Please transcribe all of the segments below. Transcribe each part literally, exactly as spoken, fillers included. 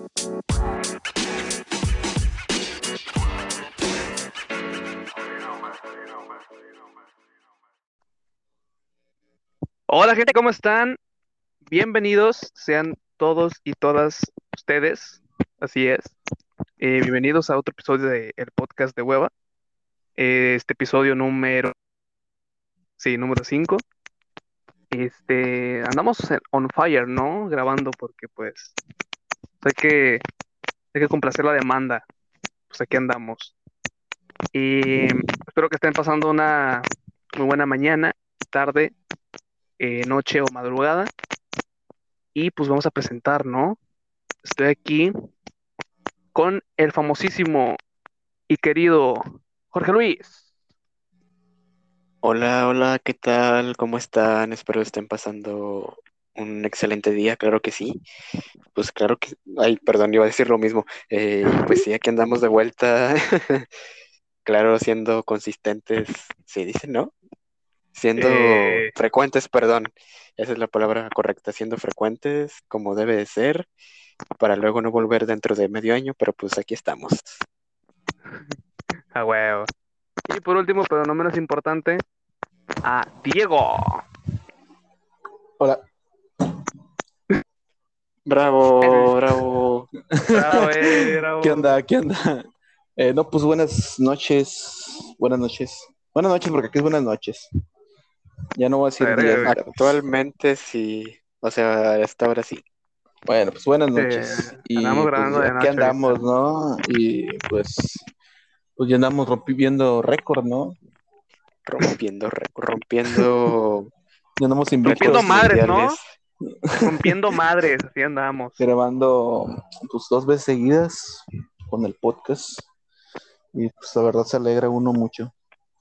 Hola gente, ¿cómo están? Bienvenidos sean todos y todas ustedes, así es. Eh, bienvenidos a otro episodio de el podcast de Hueva. Eh, este episodio número, sí, número cinco. Este, andamos en- on fire, ¿no? Grabando porque pues hay que, hay que complacer la demanda. Pues aquí andamos. Y espero que estén pasando una muy buena mañana, tarde, eh, noche o madrugada. Y pues vamos a presentar, ¿no? Estoy aquí con el famosísimo y querido Jorge Luis. Hola, hola, ¿qué tal? ¿Cómo están? Espero estén pasando un excelente día, claro que sí. Pues claro que, ay, perdón, iba a decir lo mismo. Eh, pues sí, aquí andamos de vuelta, claro, siendo consistentes, sí, dicen, ¿no? Siendo Eh, frecuentes, perdón, esa es la palabra correcta, siendo frecuentes como debe de ser, para luego no volver dentro de medio año, pero pues aquí estamos. a huevo. Y por último, pero no menos importante, a Diego. Hola, Bravo, bravo. Bravo, eh, ¿qué bravo. onda? ¿Qué onda? Eh, no, pues buenas noches, buenas noches. Buenas noches, porque aquí es buenas noches. Ya no voy a decir Verga, días güey. ni tardes. Actualmente sí, o sea, hasta ahora sí. Bueno, pues buenas Eh, noches. andamos Y pues grabando de aquí noche ahorita. andamos, ¿no? Y pues, pues ya andamos rompiendo récord, ¿no? Rompiendo, re- rompiendo Ya andamos Rompiendo invictos, récords madres, mundiales. ¿no? Rompiendo madres, así andamos. grabando pues dos veces seguidas con el podcast. Y pues la verdad se alegra uno mucho.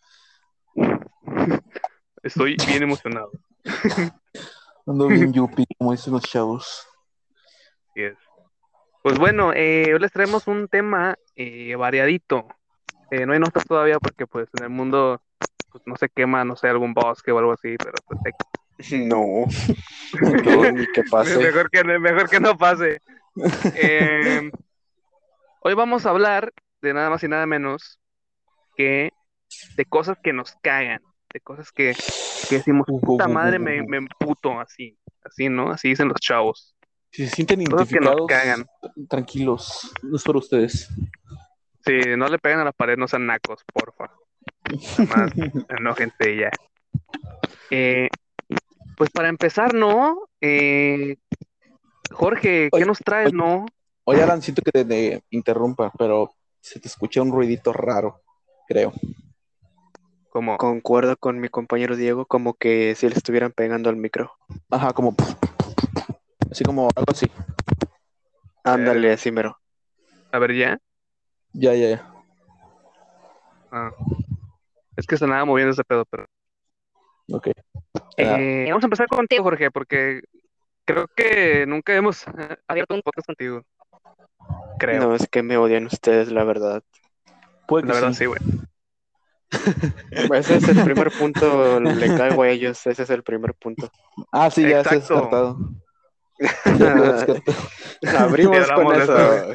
Estoy bien emocionado. Ando bien yupi, como dicen los chavos. Así es. Pues bueno, eh, hoy les traemos un tema eh, variadito. Eh, no hay notas todavía porque pues en el mundo pues, no se quema, no sé, algún bosque o algo así, pero pues hay No, no, Ok. ni que Me- pase. Mejor que, no- mejor que no pase. Eh, hoy vamos a hablar de nada más y nada menos que de cosas que nos cagan, de cosas que, que decimos, Uh, uh, puta uh, madre, uh, me, uh. me emputo, así, así, ¿no? Así dicen los chavos. Si se sienten Cosas que nos identificados, cagan. tranquilos, no es para ustedes. Sí, no le peguen a la pared, no sean nacos, porfa. Nada más, enójense y ya. Eh, pues para empezar, ¿no? Eh, Jorge, ¿qué Oye, nos traes, oye, no? oye, Alan, siento que te, te interrumpa, pero se te escucha un ruidito raro, creo. Como, Concuerdo con mi compañero Diego, como que si le estuvieran pegando al micro. Ajá, como, así como algo así. Ándale, verga. así mero. A ver, ya. Ya, ya, ya. Ah, es que se andaba moviendo ese pedo, pero. Ok. Ah, Eh, vamos a empezar contigo, Jorge, porque creo que nunca hemos eh, abierto un podcast contigo. Creo. No, es que me odian ustedes, la verdad. puede que La verdad, sí. sí, güey. Ese es el primer punto, le caigo a ellos, ese es el primer punto. Ah, sí, ya se ha Exacto. descartado. Ya quedó descartado. Ya Abrimos con hablamos de eso, güey. eso.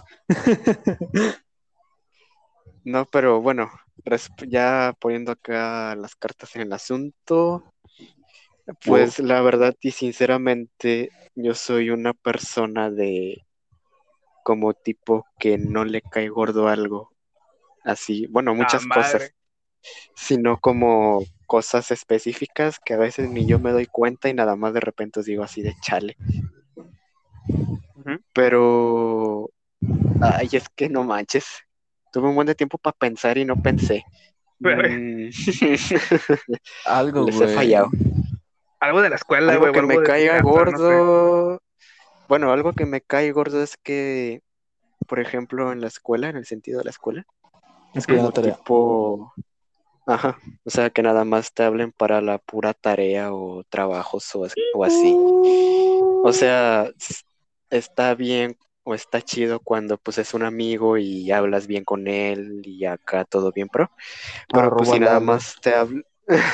No, pero bueno, res- ya poniendo acá las cartas en el asunto, Wow. pues la verdad y sinceramente yo soy una persona de como tipo que no le cae gordo algo, así, bueno, Ah, muchas madre. cosas, sino como cosas específicas que a veces ni yo me doy cuenta y nada más de repente os digo así de chale, Ujú. pero, ay, es que no manches, tuve un buen de tiempo para pensar y no pensé. Verga. Mm, Algo, Les he güey. fallado. Algo de la escuela, Algo güey, o que me algo de tu caiga casa, no sé. gordo, bueno, algo que me cae gordo es que, por ejemplo, en la escuela, en el sentido de la escuela, Me es Ujú. piden la como tarea. tipo, ajá, o sea, que nada más te hablen para la pura tarea o trabajos o, as- o así. O sea, s- está bien o está chido cuando pues es un amigo y hablas bien con él y acá todo bien, pro, pero pues Arroba si nada Lalo. más te hablan,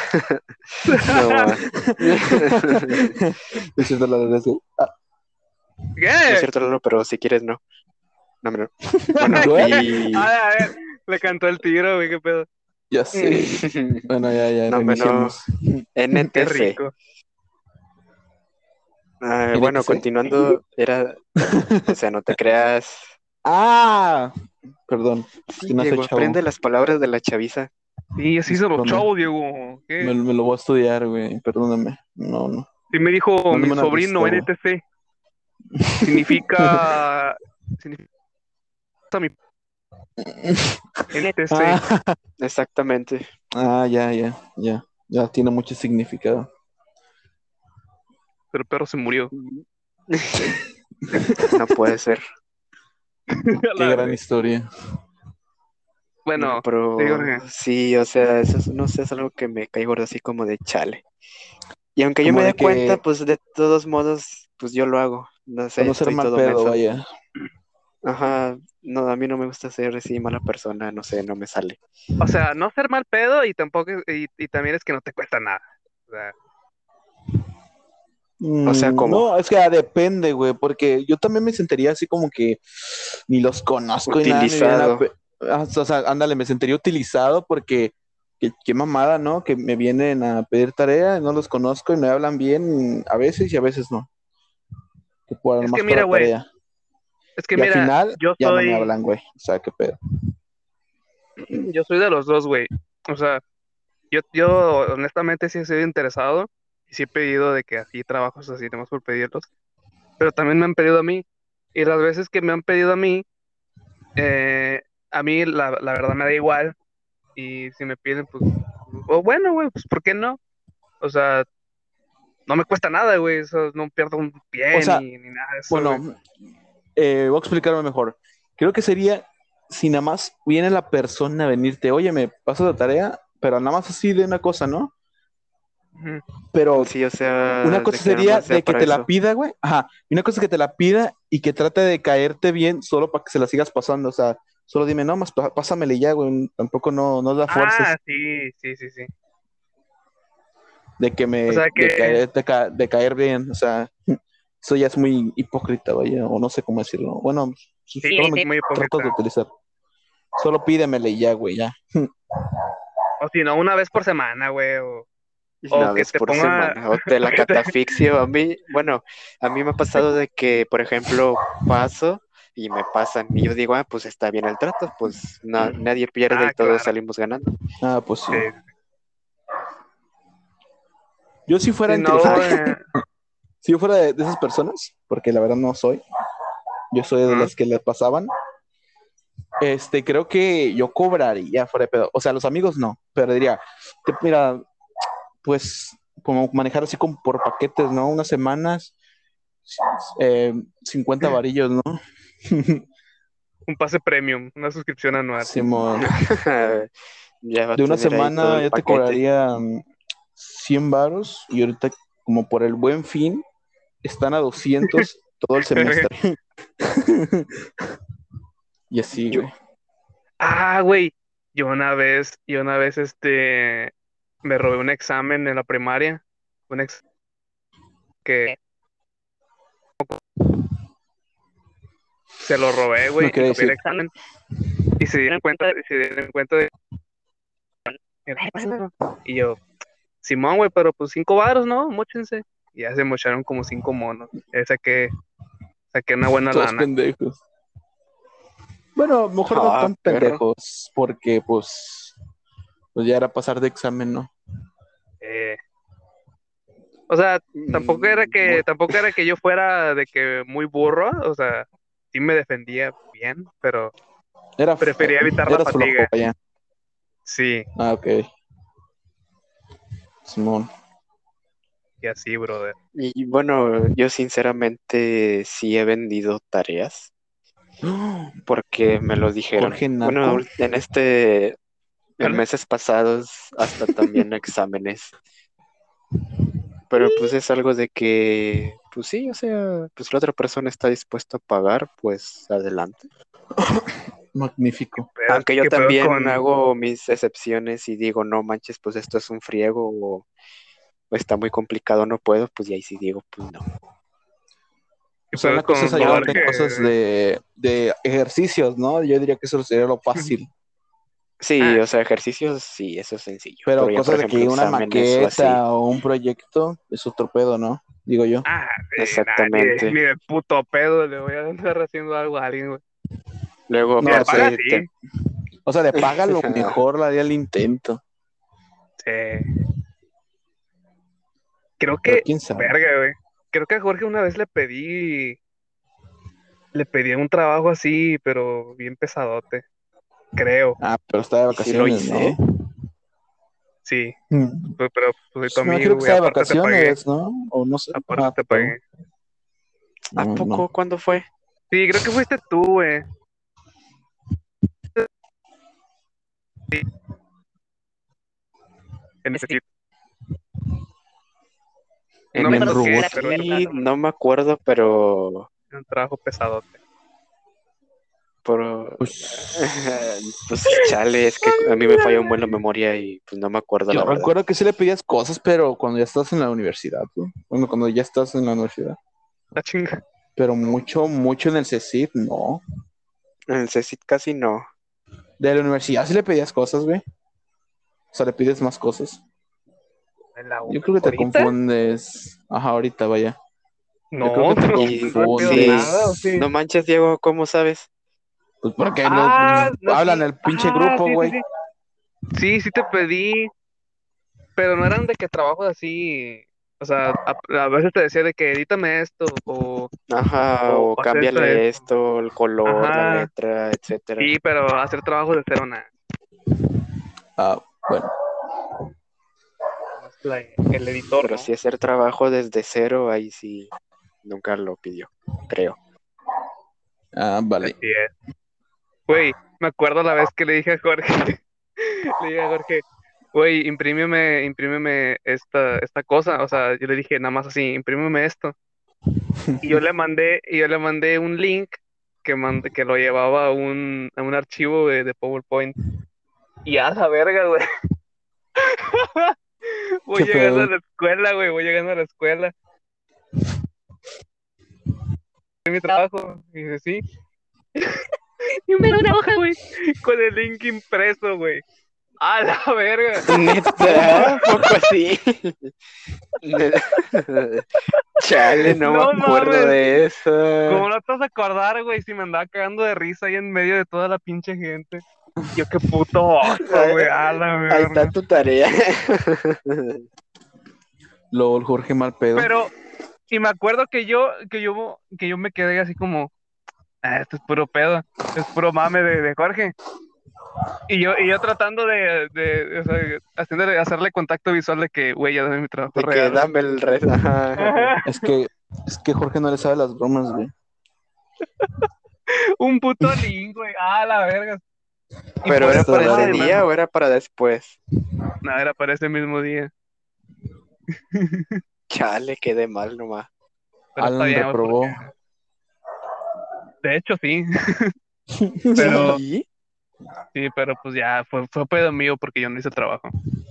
no, Es cierto, la de decir. Ah, No es ¿Qué? cierto, Lalo, pero si quieres, no. No, no. Bueno, ¿Qué? y... A ver, a ver, le cantó el tiro, güey, qué pedo. Ya sé. Bueno, ya, ya, No, hombre, no. reiniciemos. Qué N T C. rico. Ah, bueno, N T C. continuando, era... O sea, no te creas... Ah, perdón, es que Sí, no soy Diego, chavo. aprende las palabras de la chaviza. Sí, así se los Discúlpame. chavos, Diego. Me, ¿Qué? me lo voy a estudiar, güey. Perdóname. No, no. Sí me dijo mi Mándame una lista, sobrino güey. N T C. Significa... Significa mi N T C. Ah, Exactamente. ah, ya, ya, ya. Ya tiene mucho significado. Pero el perro se murió. No puede ser. A Qué la gran vez. historia. No, Bueno, sí, pero Jorge. sí, o sea, eso es- no sé, es algo que me cae gordo así como de chale. Y aunque yo Como me dé de cuenta, que pues de todos modos, pues yo lo hago. No sé, para no ser estoy mal todo pedo, menso. vaya. Ajá, no, a mí no me gusta ser así mala persona, no sé, no me sale. O sea, no ser mal pedo y tampoco, y, y también es que no te cuesta nada. O sea, O sea, Mm, ¿cómo? no, es que ah, depende, güey, porque yo también me sentiría así como que ni los conozco y nada, me vienen a... Utilizado. pe- ah, o sea, ándale, me sentiría utilizado porque qué, qué mamada, ¿no? Que me vienen a pedir tarea, no los conozco y me hablan bien a veces y a veces no, que por es que nomás mira, para güey, tarea. es que Y al mira, final yo ya no me soy, hablan, güey, o sea, qué pedo. yo soy de los dos, güey. O sea, yo, yo honestamente sí he sido interesado y sí he pedido de que así trabajos así, tenemos por pedirlos, pero también me han pedido a mí. Y las veces que me han pedido a mí, eh, a mí la, la verdad me da igual. Y si me piden, pues, o bueno, güey, pues ¿por qué no? O sea, no me cuesta nada, güey, eso, no pierdo un O pie sea, ni, ni nada de eso, güey. bueno, eh, voy a explicarme mejor. Creo que sería si nada más viene la persona a venirte, oye, me paso la tarea, pero nada más así de una cosa, ¿no? Ujú. Pero Sí, o una sea, de cosa que nada sería más sea de que para te la eso. pida, güey. Ajá. Y una cosa es que te la pida y que trate de caerte bien solo para que se la sigas pasando. O sea, solo dime, no, más pa- pásamele y ya, güey. Tampoco no, no la Ah, fuerces sí, sí, sí, sí. de que O me, sea de que, caer, de, ca- de caer bien. O sea, eso ya es muy hipócrita, vaya, o no sé cómo decirlo. Bueno, sí, solo me sí, muy trato de hipócrita. utilizar. Solo pídemele y ya, güey, ya. O si no, una vez por semana, güey, o, o Una que vez te por ponga, semana. O te o la que te, catafixio. A mí, bueno, a mí me ha pasado de que, por ejemplo, paso y me pasan. Y yo digo, ah, pues está bien el trato, pues na- nadie pierde y ah, todos claro, salimos ganando. Ah, pues sí. sí. Yo si fuera Si inteligente, no, eh, si yo fuera de, de esas personas, porque la verdad no soy, yo soy de ajá. las que le pasaban. Este, creo que yo cobraría fuera de pedo. O sea, los amigos no, pero diría, te- mira, pues como manejar así como por paquetes, ¿no? Unas semanas, eh, cincuenta varillos, ¿no? Un pase premium, una suscripción anual. Simón, Ya va a de una tener ahí todo semana el yo te paquete. cobraría mm, cien varos y ahorita como por el buen fin están a doscientos todo el semestre. Y así, Yo, güey. Ah, güey, yo una vez, yo una vez, este, me robé un examen en la primaria, un ex que se lo robé, No güey, y quería copié el decir. examen, y se dieron cuenta, y se dieron cuenta de, "Ay, pásamelo". Y yo, Simón, güey, pero pues cinco varos, ¿no? Móchense. Y ya se mocharon como cinco monos. Ya saqué, saqué una buena Todos lana. pendejos. Bueno, mejor no ah, tan perro. pendejos, porque pues, pues ya era pasar de examen, ¿no? Eh, o sea, tampoco era Mm, que, muy- tampoco era que yo fuera de que muy burro, o sea, sí me defendía bien, pero Era, prefería evitar la eras flojo, fatiga. vaya. Sí, Ah, ok. Simón. y así, brother. Y bueno, yo sinceramente sí he vendido tareas porque me lo dijeron. Jorge Bueno, Naco. ul- en este, en ¿Vale? meses pasados, hasta también exámenes. Pero pues es algo de que, pues sí, o sea, pues la otra persona está dispuesta a pagar, pues adelante. Magnífico. Pero, Aunque yo ¿qué pedo también con, hago mis excepciones y digo, no manches, pues esto es un friego o, o está muy complicado, no puedo, pues y ahí sí digo, pues no. O sea, Pero una cosa es con ayudarte en Jorge, cosas de, de ejercicios, ¿no? Yo diría que eso sería lo fácil. Sí, ah, o sea, ejercicios, sí, eso es sencillo. Pero Pero ya, por cosas de ejemplo, que una exámenes o así. maqueta o un proyecto es otro pedo, ¿no? Digo yo. ah, sí, nada, ni, de- Exactamente. ni de puto pedo le voy a andar haciendo algo a alguien, güey. Luego, Si No, le o sea, paga, aparte, sí. te... o sea, le paga lo mejor, le haría el intento. Sí. Creo Pero que, quién sabe. verga, güey. Creo que a Jorge una vez le pedí, le pedí un trabajo así, pero bien pesadote. Creo, Ah, pero está de ¿y si lo vacaciones, ¿no? hice? sí. Mm. Pues, pero pues soy tu Pues me amigo, imagino que güey. está de Aparte te pagué. vacaciones, ¿no? O no sé. Aparte Ah, te te pago. pagué. ¿A No, poco? no. ¿Cuándo fue? Sí, creo que fuiste tú, güey. Que necesito. En No me Bien acuerdo qué, robot. pero era sí, no me acuerdo, pero... un trabajo pesadote. pero... Pues Pues chale, es que a mí me falla un buen la memoria y pues no me acuerdo la yo verdad. recuerdo que sí le pedías cosas, pero cuando ya estás en la universidad, ¿no? Bueno, cuando ya estás en la universidad. La chinga. Pero mucho, mucho en el CECIT, no. En el CECIT casi no. De la universidad sí le pedías cosas, güey. O sea, le pides más cosas. ¿En la U- Yo creo que te ¿Ahorita? confundes. Ajá, ahorita vaya. Yo creo No, que te no, Y no pido nada, ¿o confundes. sí? no manches, Diego, ¿cómo sabes? Pues porque lo, Ah, no, hablan el pinche ah, grupo, sí, sí, güey. sí. Sí, sí te pedí, pero no eran de que trabajos así. O sea, a, a veces te decía de que edítame esto o, Ajá, o o hacer esto, cámbiale esto. esto, el color, la Ajá, letra, etcétera. sí, pero hacer trabajos de cero nada. Ah, bueno. Más la- el editor, Pero ¿no? si hacer trabajo desde cero, ahí sí, nunca lo pidió, creo. Ah, vale. Así es. Güey, me acuerdo la vez que le dije a Jorge, le dije a Jorge, güey, imprímeme, imprímeme esta, esta cosa. O sea, yo le dije nada más así, imprímeme esto. Y yo le mandé, y yo le mandé un link que mand- que lo llevaba a un, a un archivo de, de PowerPoint. Y a la verga, güey. Voy ¿Qué llegando a pedo? la escuela, güey, voy llegando a la escuela. En mi trabajo. Y dice, sí. Y me da una hoja, güey, con el link impreso, güey. A la verga. Neta, poco así. Chale, no me No acuerdo mames. de eso. ¿Cómo no te vas a acordar, güey? Si me andaba cagando de risa ahí en medio de toda la pinche gente. Yo qué puto oso, güey. A la Ahí está verga. tu tarea. Luego el Jorge mal pedo. Pero, y me acuerdo que yo, que yo, que yo me quedé así como, ah, esto es puro pedo, es puro mame de, de Jorge. Y yo, y yo tratando de, de, o sea, haciéndole, hacerle contacto visual de que, güey, ya dame mi trabajo De que real, güey. dame el resto. Ajá. Es que, es que Jorge no le sabe las bromas, güey. Un puto link, güey, a la verga. Y ¿Pero por era eso, para ese Está- día o era para después? nada, era para ese mismo día. Chale, quedé mal nomás. Pero está Alan bien, güey, reprobó. porque, de hecho, sí. Pero, Sí. sí, pero pues ya, fue, fue pedo mío porque yo no hice trabajo.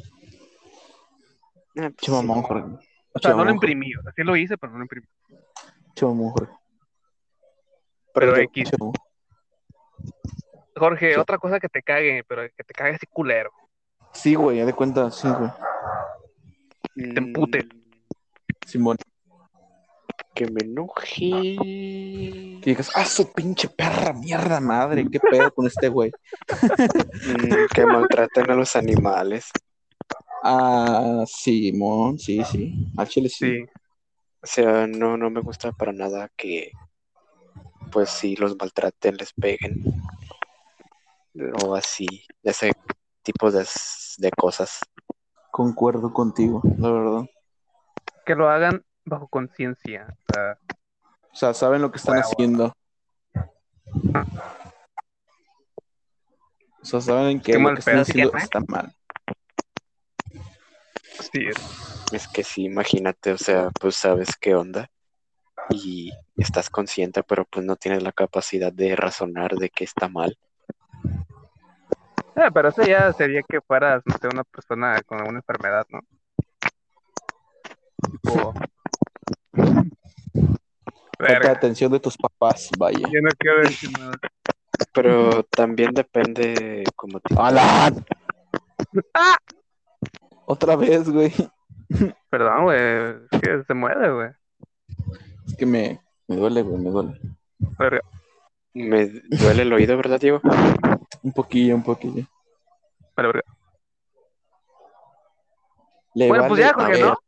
Ah, pues Che sí. mamón, Jorge. O Che sea, no lo mamón, Jorge. imprimí, o sea, sí lo hice, pero no lo imprimí. Che mamón, Jorge. Pero Perdón. X. Che mamón. Jorge, Che- otra cosa que te cague, pero que te cague así culero. Sí, güey, ya de cuenta, sí, güey. Que te emputes. Mm, Simón. que me enoje. Que digas, ah, su pinche perra mierda madre, qué pedo con este güey. Mm, que maltraten a los animales. Ah, Simón, sí, sí. Al chile sí. Sí. O sea, no, no me gusta para nada que, pues sí, los maltraten, les peguen. O así, ese tipo de, de cosas. Concuerdo contigo, la verdad. Que lo hagan bajo conciencia. O sea, O sea, saben lo que están huevo. haciendo. O sea, saben que Qué lo mal que están pedo. haciendo está mal. Sí, Es que sí, imagínate, o sea, pues sabes qué onda y estás consciente, pero pues no tienes la capacidad de razonar de que está mal. ah, pero eso ya sería que fueras, no sé, una persona con alguna enfermedad, ¿no? Tipo, falta de Verga, atención de tus papás, vaya. yo no quiero decir nada. Pero también depende como tipo. ¡Hala! ¡Ah! Otra vez, güey. Perdón, güey, es que se mueve, güey. Es que me, me duele, güey, me duele. Verga. Me duele el oído, ¿verdad, Diego? Un poquillo, un poquillo. Vale, verga. Le Bueno, pues vale- ya, Jorge, a ver. ¿no?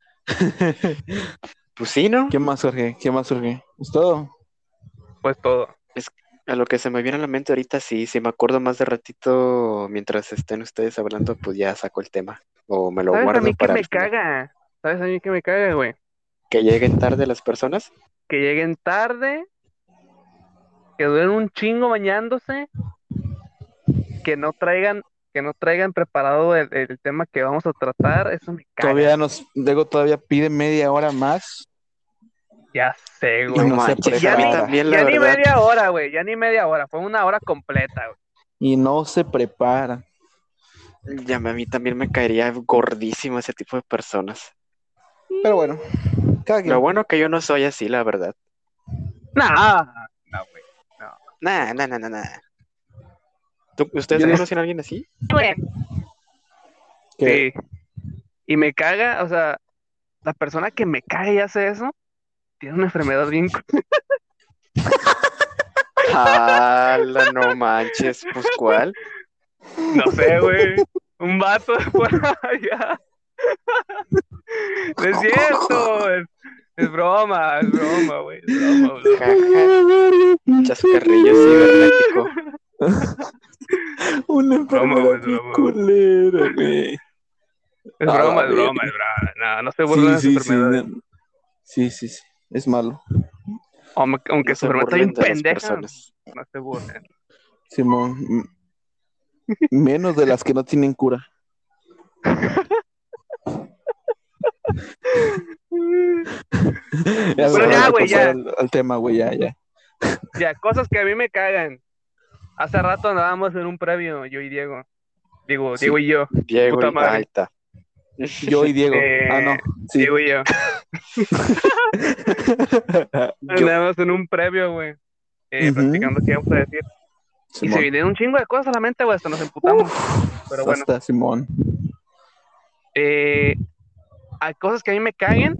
Pues sí, ¿no? ¿Qué más, Jorge? ¿Qué más, Jorge? ¿Es todo? Pues todo. A lo que se me viene a la mente ahorita, sí, si me acuerdo más de ratito mientras estén ustedes hablando, pues ya saco el tema. O me lo ¿Sabes a guardo mí qué para me el final. caga? ¿Sabes a mí qué me caga, güey? Que lleguen tarde las personas. Que lleguen tarde, que duren un chingo bañándose, que no traigan, que no traigan preparado el, el tema que vamos a tratar, eso me caga. Todavía nos, Diego todavía pide media hora más Ya sé, y güey. No no se manches, a mí prepara. también, la Ya ni verdad. media hora, güey, ya ni media hora, fue una hora completa, güey. Y no se prepara. Ya a mí también me caería gordísimo ese tipo de personas. Pero bueno, cada quien. Lo bueno que yo no soy así, la verdad. Nah, no, güey. Nah, nah, nah, nah, nah. ¿Tú- ¿Ustedes Yo digo- conocen a alguien así? que- Sí. Y me caga, o sea, la persona que me caga y hace eso, tiene una enfermedad bien... cu- ¡Hala, no manches! Pues, ¿cuál? No sé, güey. Un vato de por allá. No es cierto. Es, es broma, es broma, güey. Es broma, bro. Jaja, chascarrillo cibernético. Una Broma, enfermedad güey, bien broma, güey. culera, güey. Es A broma, la es broma, es broma. No, no se burlen de Sí, su sí, sí. enfermedad. no. Sí, sí, sí. Es malo. Aunque, aunque No su se enfermedad está burlen bien de las pendeja, personas. no se burlen. Simón. m- Menos de las que no tienen cura. Ya, Pero mejor ya, hay que güey, pasar ya. al, al tema, güey, ya, ya. Ya, cosas que a mí me cagan. Hace rato andábamos en un previo, yo y Diego. Digo, Sí. Diego y yo. Diego, Puta y- madre. ahí está. Yo y Diego. Eh, Ah, no. Sí. Diego y yo. Yo. Andábamos en un previo, güey. Eh, Ujú. Practicando qué íbamos a decir. Y se Simón. vinieron un chingo de cosas a la mente, güey, hasta nos emputamos. Pero bueno, Hasta Simón. eh, hay cosas que a mí me caguen.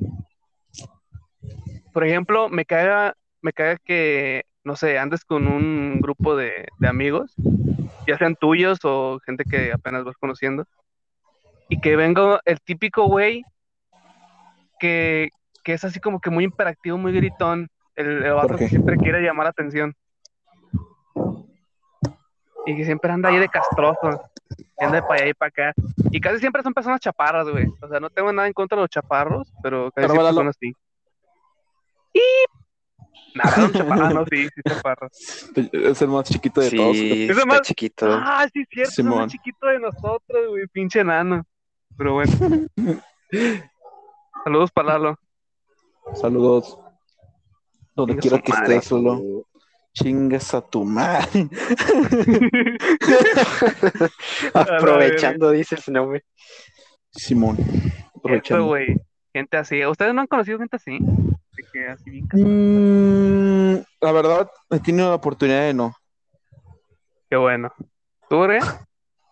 Por ejemplo, me caga, me caga que, no sé, andes con un grupo de, de amigos, ya sean tuyos o gente que apenas vas conociendo, y que venga el típico güey que, que es así como que muy imperactivo, muy gritón, el, el vato ¿Por qué? que siempre quiere llamar la atención. Y que siempre anda ahí de castroso, y anda de para allá y para acá. Y casi siempre son personas chaparras, güey. O sea, no tengo nada en contra de los chaparros, pero casi Pero siempre Lalo. son así. Y nada, son chaparras, no, sí, sí, chaparras. Es el más chiquito de todos. Sí, Eso está más- chiquito. Ah, sí, es cierto, es el Simón. más chiquito de nosotros, güey, pinche enano. Pero bueno. Saludos para Lalo. Saludos. Donde Chinga quiera su que madre. estés, solo. Chingas a tu madre. Aprovechando, dices, no, güey. Simón. Eso, Aprovechando. güey. Gente así. ¿Ustedes no han conocido gente así? De que así bien. Mm, la verdad, he tenido la oportunidad de no. Qué bueno. ¿Tú, verga?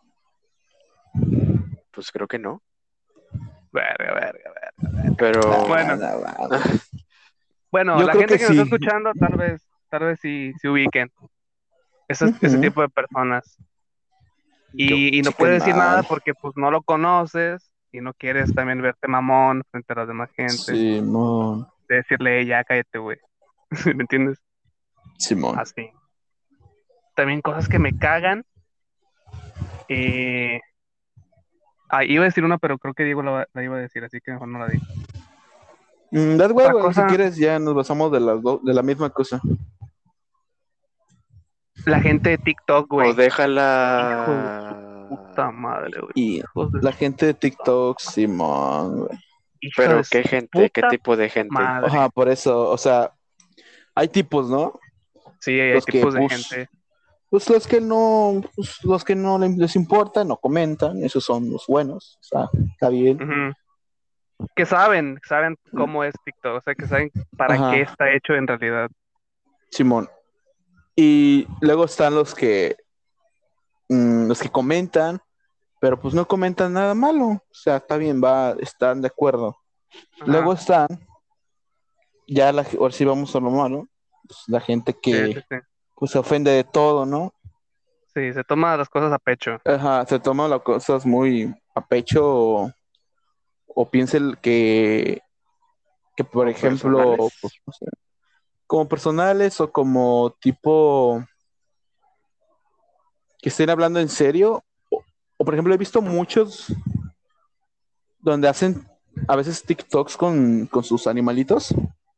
Pues creo que no. Verga, verga, verga. Pero Bueno. Nada, nada. Bueno, Yo la creo gente que que, nos sí. está escuchando, tal vez, tal vez sí se ubiquen. Esas- Ujú. Ese tipo de personas. Y, y no sí, puedes qué decir mal. nada porque pues no lo conoces y no quieres también verte mamón frente a la demás gente. Simón. De decirle, ya cállate, güey. ¿Me entiendes? Simón. Así. También cosas que me cagan. Eh... Ah, iba a decir una, pero creo que Diego la, la iba a decir, así que mejor no la digo. Mm, das Otra huevo, cosa- si quieres ya nos basamos de las do- de la misma cosa. La gente de TikTok, güey. o déjala. Puta madre, güey. Y Hijos de la gente de TikTok, Simón, güey. hija Pero de qué su gente, qué puta tipo de gente. madre. Ajá, por eso, o sea, hay tipos, ¿no? Sí, hay Los que, tipos de pues, gente. Pues los que no, pues, los que no les importa, no comentan, esos son los buenos, o sea, está bien. Ujú. que saben, saben cómo es TikTok, o sea, que saben para Ajá. qué está hecho en realidad. Simón. Y luego están los que mm, los que comentan, pero pues no comentan nada malo. O sea, está bien, va, están de acuerdo. Luego Ajá, están, ya la, ahora sí vamos a lo malo, pues, la gente sí, sí, que sí. pues se ofende de todo, ¿no? Sí, se toma las cosas a pecho. Ajá, se toma las cosas muy a pecho o, o piensa el que, que, por O ejemplo, pues, personales. no sé, como personales o como tipo que estén hablando en serio. O, o, por ejemplo, he visto muchos donde hacen a veces TikToks con, con sus animalitos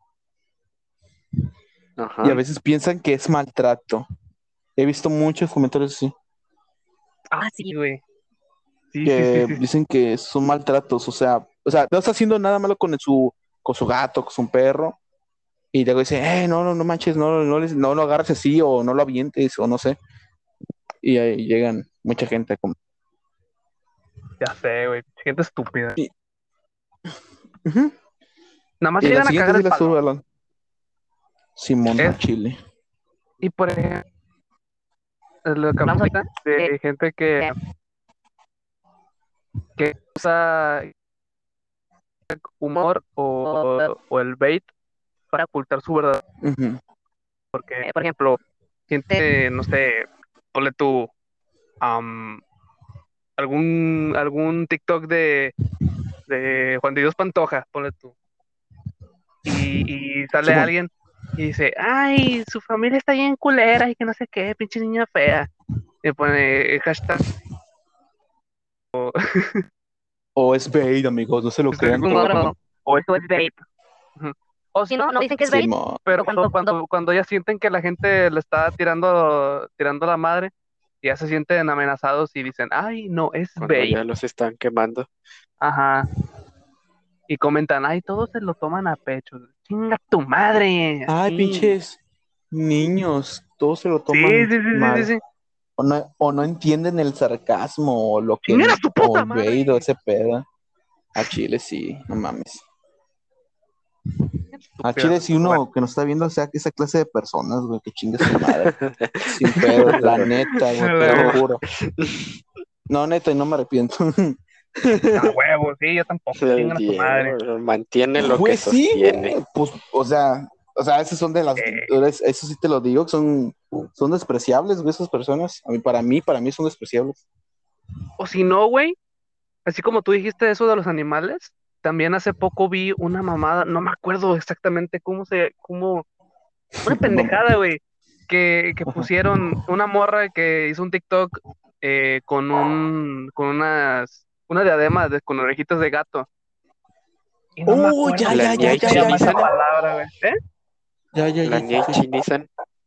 y a Ajá. veces piensan que es maltrato. He visto muchos comentarios así, Ah, sí, güey. Sí, sí, sí, que sí. dicen que son maltratos, o sea, o sea, no está haciendo nada malo con su, con su gato, con su perro, y luego dice, eh, no, no, no manches, no, no, les- no lo agarres así, o no lo avientes, o no sé, y ahí llegan mucha gente como, Ya sé, güey. Gente estúpida. y, ujú. Nada más Y la llegan a siguiente cagar sí el la palo. estuve hablando, Simón Es, al Chile. y por ejemplo, lo que hablamos ahorita de gente que, que usa humor o, o el bait para ocultar su verdad. Ujú. Porque, por ejemplo, gente, no sé, ponle tú am, algún, algún TikTok de, de Juan de Dios Pantoja, ponle tú. Y, y sale Simón. alguien y dice, ay, su familia está bien culera y que no sé qué, pinche niña fea. Y pone el hashtag, O es bait, amigos, no se lo estoy crean con todo. o esto es bait. Ujú. O si no, no dicen que es bait, Simón. pero cuando, cuando, cuando ya sienten que la gente le está tirando, tirando la madre, ya se sienten amenazados y dicen, ay, no, es Cuando bait. ya los están quemando. Ajá. Y comentan, ay, todos se lo toman a pecho. Chinga tu madre. Ay, Así. pinches niños, todos se lo Sí, toman sí, sí, sí, sí, mal. sí. O no, o no entienden el sarcasmo o lo que, Chinga a su o puta el bait o madre. ese pedo. A Chile sí, no mames. A Estúpidas, Chile sí pero bueno. uno que nos está viendo, o sea, esa clase de personas, güey, que chingue su madre. Sin pedos, la neta, güey, te lo No. juro. No, neta, y no me arrepiento. A huevo, sí, yo tampoco. El Chingan a su madre. Diego mantiene lo que Pues sí, sostiene. güey, pues, o sea, o sea, esas son de las, Eh, eso sí te lo digo, son, son despreciables, güey, esas personas. A mí, para mí, para mí son despreciables. o si no, güey, así como tú dijiste eso de los animales, también hace poco vi una mamada, no me acuerdo exactamente cómo se, cómo, una Mamá. pendejada, güey, que, que Ajá. pusieron una morra que hizo un TikTok eh, con un, con unas, una diadema de, con orejitas de gato. Y no me Oh, acuerdo ya, La ya, cómo ya, se ya, ya, llama esa Niaichi-Nissan. ya. palabra, güey. ¿Eh? Ya, ya, La ya, sí, sí. Niaichi-Nissan.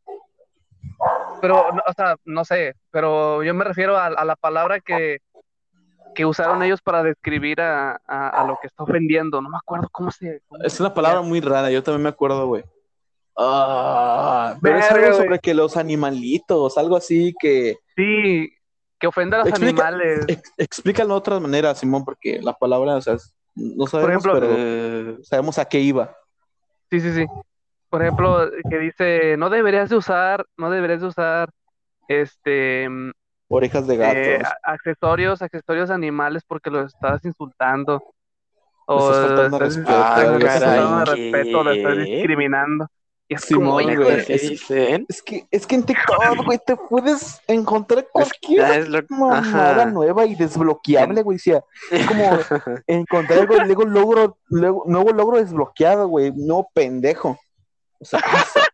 Pero, no, o sea, no sé, pero yo me refiero a, a la palabra que, que usaron ellos para describir a, a, a lo que está ofendiendo. No me acuerdo cómo se, cómo Es se una decía. palabra muy rara, yo también me acuerdo, güey. Ah, pero es algo Verga, güey. sobre que los animalitos, algo así que... Sí, que ofende a los Explica, animales. ex- explícalo de otra manera, Simón, porque la palabra, o sea, es- no Por sabemos, ejemplo, pero Eh, sabemos a qué iba. sí, sí, sí. Por ejemplo, que dice, no deberías de usar, no deberías de usar, este, mm, Orejas de eh, gatos, a- accesorios, accesorios animales porque los estás insultando le o estás faltando al estás, respeto o ah, estás- algo le estás así. faltando caray, de respeto, o le estás ¿qué? discriminando. Y es como, Simón, hijo ¿Cómo güey, de se es, dicen? es que, es que en TikTok, güey, te puedes encontrar Es, cualquier ah, es lo. mamada Ajá. nueva y desbloqueable, En- güey. O sea, es como encontrar algo, luego logro, luego, nuevo logro desbloqueado, güey, no pendejo. O sea, ah, sa-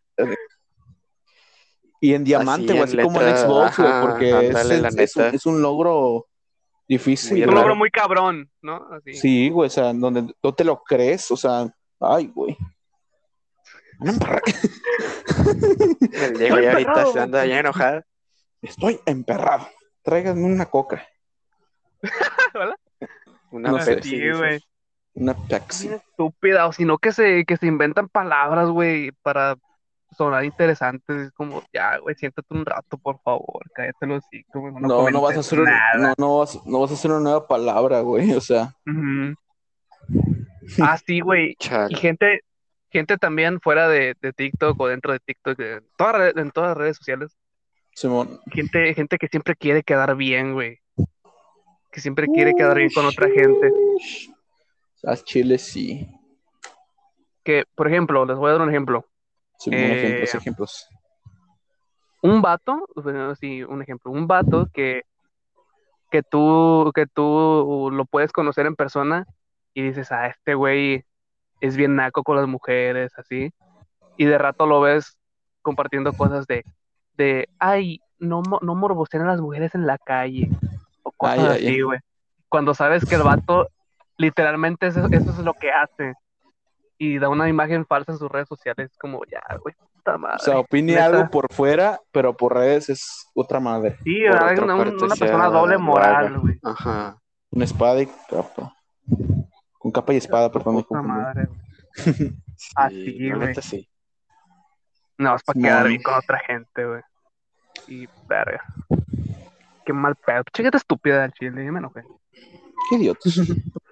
y en diamante, Así güey, en así como en letra, Xbox, güey, ajá, porque es, ándale, la es, es un, neta, es un logro muy difícil, un logro güey. raro. muy cabrón, ¿no? Así. Sí, güey, o sea, donde no te lo crees, o sea, ay, güey. No emperra- El Diego Estoy ya ahorita se emperrado. anda bien enojado. Estoy emperrado. Tráiganme una coca. ¿Verdad? Una No sé, Pepsi, Así, güey. dices. una Bien Pepsi. estúpida, o sino que se, que se inventan palabras, güey, para sonar interesantes. Es como, ya, güey, siéntate un rato, por favor, cállate los hocico, güey, no No, no vas a comentes hacer, un- no, nada. no vas, no vas a hacer una nueva palabra, güey. O sea, Ujú. Ah, sí, güey. Y Chale. gente, gente también fuera de, de TikTok o dentro de TikTok, en todas, las redes- en todas las redes sociales. Simón. Gente, gente que siempre quiere quedar bien, güey. Que siempre quiere quedar bien con otra gente. A Chile sí. Que, por ejemplo, les voy a dar un ejemplo. Simón, Eh, ejemplos, ejemplos. un vato, bueno, sí, un ejemplo, un vato que, que tú, que tú lo puedes conocer en persona y dices, ah, este güey es bien naco con las mujeres, así. Y de rato lo ves compartiendo cosas de, de, ay, no, mo- no morboseen a las mujeres en la calle, o Ay, cosas ay, así, ay. güey. Cuando sabes que el vato literalmente eso, eso es lo que hace y da una imagen falsa en sus redes sociales, como, ya, güey, puta O sea, madre. opine algo Neta, por fuera, pero por redes es otra madre. sí, Por hay otra una, un- parte una persona doble sea lo haga. moral, güey. Ajá. Una espada y capa. Con capa y espada, perdón, me Puta confundí. madre, güey. Sí, Así, la güey. neta sí. No, es para quedar Simón. bien con otra gente, güey. Y, verga, qué mal pedo. Chiquita estúpida del chile, yo me enojé. Qué idiotas.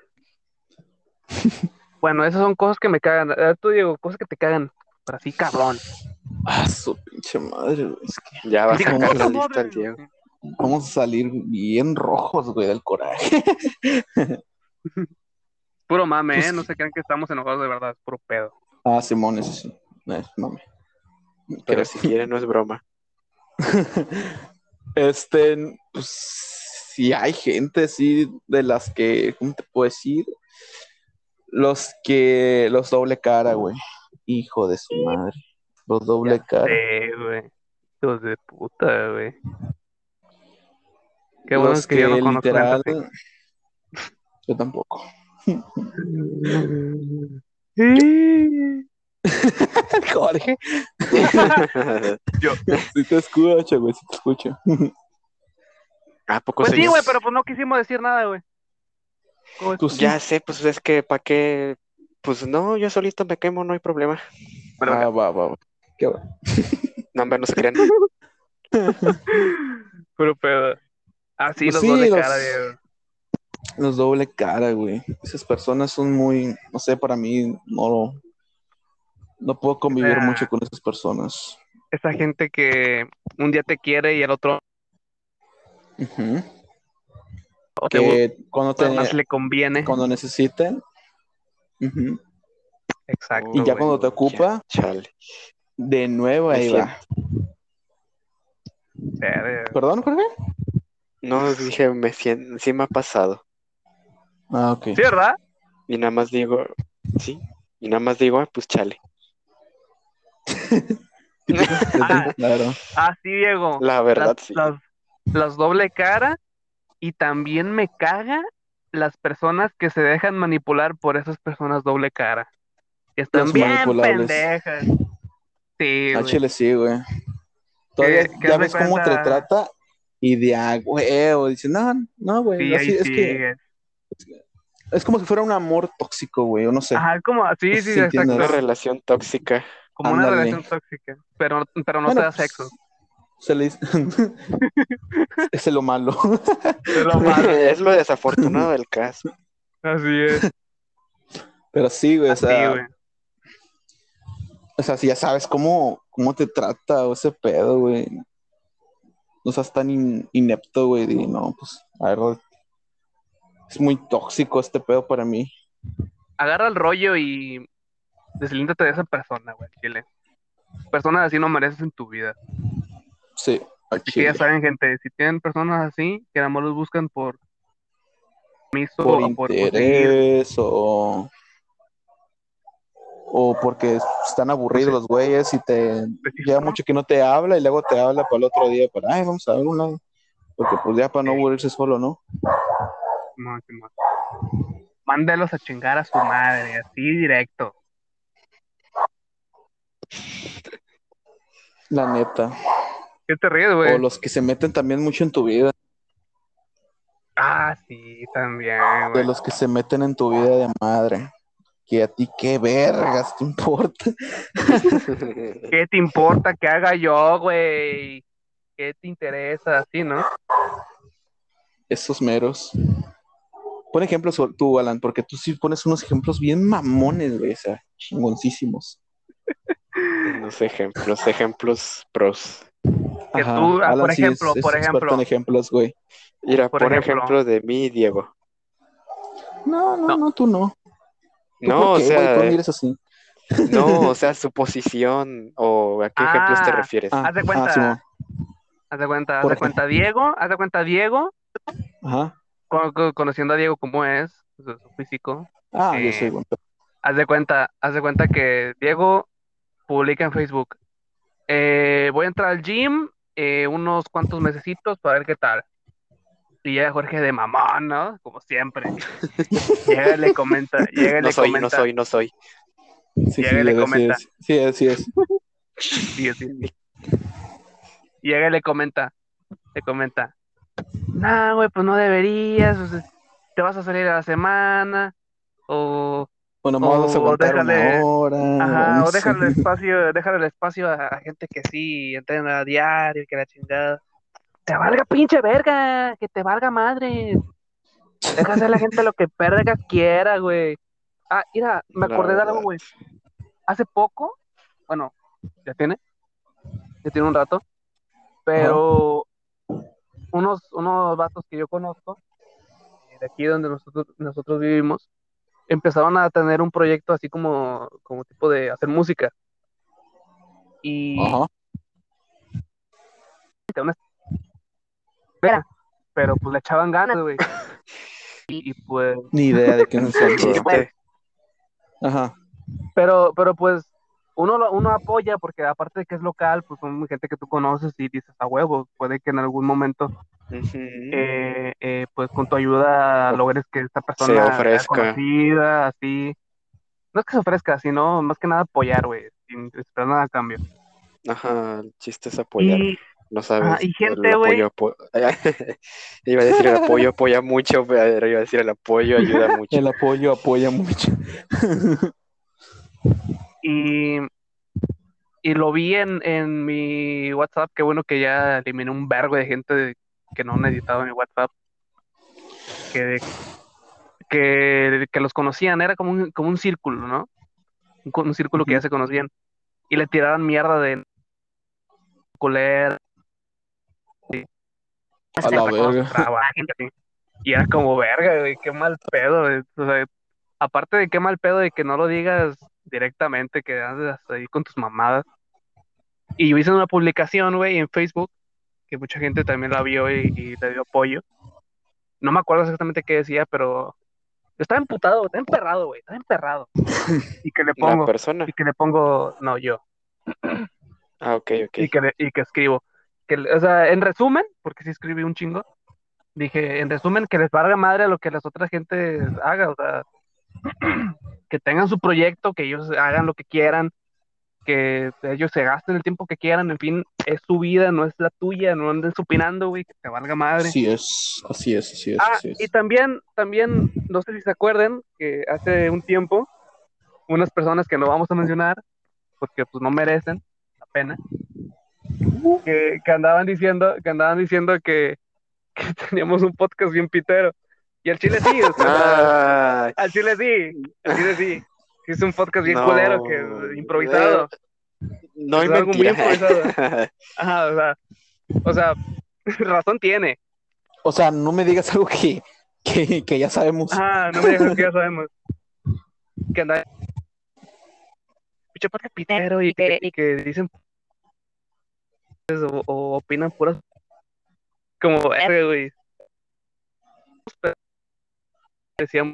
Bueno, esas son cosas que me cagan. Eh, Tú, Diego, cosas que te cagan. Pero así, cabrón. Ah, su pinche madre, güey. Es que Ya va a Diga, sacar puta la lista el madre. Diego. vamos a salir bien rojos, güey, del coraje. Puro mame, Pues, ¿eh? No se crean que estamos enojados de verdad, es puro pedo. ah, Simón, eso sí. Eh, mame. Pero Creo. si quieren, no es broma. Este, pues, sí hay gente, sí, de las que, ¿cómo te puedo decir? Los que, los doble cara, güey. Hijo de su madre. Los doble Ya cara. sé, güey. Hijos de puta, güey. Qué bueno Los es que yo no que conozco gente literal, así. yo tampoco. Sí. Jorge, Yo. si te escucho, güey, si te escucho. ¿A poco Pues sí, señor? güey, pero pues no quisimos decir nada, güey. ¿Cómo es? Pues sí. Ya sé, pues es que ¿para qué? Pues no, yo solito me quemo, no hay problema. Vale, Ah, verga. va, va, va. Qué va. No, hombre, no se crean. Puro pedo. Ah, sí, Pues los sí, doble los, cara, Diego. los doble cara, güey. Esas personas son muy, no sé, para mí no, no puedo convivir mucho Esa, con esas personas. esa gente que un día te quiere y el otro Ujú. te gusta, Que cuando más te, le conviene. cuando necesiten, ujú. Y Exacto, ya güey. cuando te Uh, ya, ocupa, chale. de nuevo Me ahí siento. va. Verga. ¿Perdón, Jorge? No, dije, me siento, sí me ha pasado. Ah, ok. Sí, ¿verdad? Y nada más digo, sí. Y nada más digo, ah, pues chale. Típicos de ti, Ah, claro. ah, sí, Diego. La Las, verdad, sí. las, las doble cara y también me caga las personas que se dejan manipular por esas personas doble cara. Que están Los bien manipulables. pendejas. Sí, A güey. Chile sí, güey. Todavía Que, que ya haz de ves cómo te cuenta, trata y de a huevo. Dice, no, no, güey. sí, ahí Así es que sigue. es como si fuera un amor tóxico, güey. O no sé. Ajá, como, No sí, sé sí, si exacto. Una entiendas. relación tóxica. Como una Ándale. relación tóxica, pero, pero no te Bueno, da pues sexo. se le dice. Ese es lo malo. Es lo malo. Es lo desafortunado del caso. Así es. Pero sí, güey. O Así, sea, güey. o sea, si ya sabes cómo, cómo te trata o ese pedo, güey. No seas tan in- inepto, güey. Y no, pues, a ver, es muy tóxico este pedo para mí. Agarra el rollo y deslíndate de esa persona, güey, chile. Personas así no mereces en tu vida. Sí, a Así que ya Chile. saben, gente, si tienen personas así, que nada más los buscan por permiso Por o por conseguir, interés o, o porque están no aburridos sé, los güeyes y te lleva específico. mucho que no te habla y luego te habla para el otro día para, ay, vamos a ver un lado. Porque pues ya para no Ey, aburrirse solo, ¿no? no, sí, no. Mándalos a chingar a su madre, así directo. La neta. ¿Qué te ríes, O güey? los que se meten también mucho en tu vida. Ah, sí, también, De güey. los que se meten en tu vida de madre. Que a ti qué vergas te importa. ¿Qué te importa que haga yo, güey? ¿Qué te interesa? Así, ¿no? Esos meros. Pon ejemplos tú, Alan, porque tú sí pones unos ejemplos bien mamones, güey, o sea, chingoncísimos. Unos ejemplos, ejemplos pros. Que Ajá, tú, ah, por Alan sí es, ejemplo, es por experto en ejemplo, ejemplos, güey. Mira, por por ejemplo, ejemplo de mí, Diego. No, no, no, no, tú no. ¿Tú por No, o qué, güey? Tú sea, ni eh, eres así. no, o sea, su posición o a qué ejemplos te ah, refieres. Ah, haz de ah, Simón, cuenta, haz de cuenta, haz por de ejemplo. cuenta Diego, haz de cuenta Diego, Ajá. co- co- conociendo a Diego como es, su, su físico, Ah, yo soy eh, bueno. haz de cuenta, haz de cuenta que Diego publica en Facebook, eh, voy a entrar al gym eh, unos cuantos mesecitos para ver qué tal. Y llega Jorge de mamón, ¿no? Como siempre. Llega y le comenta, llega y No le soy, no comenta, soy, no soy. Sí, llega y sí, le así comenta, es. Sí, así es. sí, sí, sí. Llega y le comenta, le comenta, no, güey, pues no deberías, o sea, te vas a salir a la semana, o, Bueno, más vas a o aguantar una déjale, hora, o ajá, no o sé. déjale espacio, déjale el espacio a, a gente que sí entrena a diario, que la chingada. Te valga pinche verga, que te valga madre. Deja hacer la gente lo que verga quiera, güey. Ah, mira, me La acordé de algo, verdad. güey. Hace poco, bueno, ya tiene, ya tiene un rato, Ajá. pero unos, unos vatos que yo conozco, eh, de aquí donde nosotros, nosotros vivimos, empezaron a tener un proyecto así como, como tipo de hacer música. Y Ajá. una espera, pero pues le echaban ganas, güey. Y, y pues, Ni idea de quiénes El son, bro. pues, chiste. Ajá. pero, pero pues, uno, lo- uno apoya porque aparte de que es local, pues son gente que tú conoces y dices a huevo, puede que en algún momento Ujú. eh, eh, pues con tu ayuda O- logres que esta Se persona sea ofrezca. conocida, así. No es que se ofrezca, sino más que nada apoyar, güey, sin esperar nada a cambio. Ajá, el chiste es apoyar. Y, No ajá, sabes, y el gente, güey, apoyo apo- iba a decir el apoyo apoya mucho, pero iba a decir el apoyo ayuda mucho. El apoyo apoya mucho. y, y lo vi en, en mi WhatsApp, qué bueno que ya eliminé un vergo de gente de- que no necesitaba mi WhatsApp, que, que, que los conocían, era como un, como un círculo, ¿no? Un, un círculo que ya Ujú. se conocían, y le tiraban mierda de culera, A la sacó su verga. trabajo, así. Y era como, verga, güey, qué mal pedo, güey. O sea, aparte de qué mal pedo de que no lo digas directamente, que andes ahí con tus mamadas. Y yo hice una publicación, güey, en Facebook, que mucha gente también la vio y, y le dio apoyo. No me acuerdo exactamente qué decía, pero yo estaba emputado, estaba emperrado, güey, estaba emperrado. Y que le La pongo, y persona. que le pongo, no, yo, Ah, ok, ok. y que, le- y que escribo. Que, le- o sea, en resumen, porque sí escribí un chingo, dije, en resumen, que les valga madre a lo que las otras gentes haga, o sea, que tengan su proyecto, que ellos hagan lo que quieran, que ellos se gasten el tiempo que quieran, en fin, es su vida, no es la tuya, no anden supinando, güey, que te valga madre. Así es, así es, así es, Ah, así y es. también, también, no sé si se acuerdan, que hace un tiempo, unas personas que no vamos a mencionar, porque pues no merecen la pena, que, que andaban diciendo, que andaban diciendo que, que teníamos un podcast bien pitero. Y al chile sí, o sea, Ah, al chile sí, al chile sí. Sí es un podcast bien culero, que no. Eh, improvisado. no hay Es algo muy mentira. improvisado. Ajá, o sea, o sea, razón tiene. O sea, no me digas algo que, que, que ya sabemos. Ajá, no me digas que ya sabemos. Que anda pinche podcast pitero y que, y que dicen o, o opinan puras como verga, güey. Decíamos,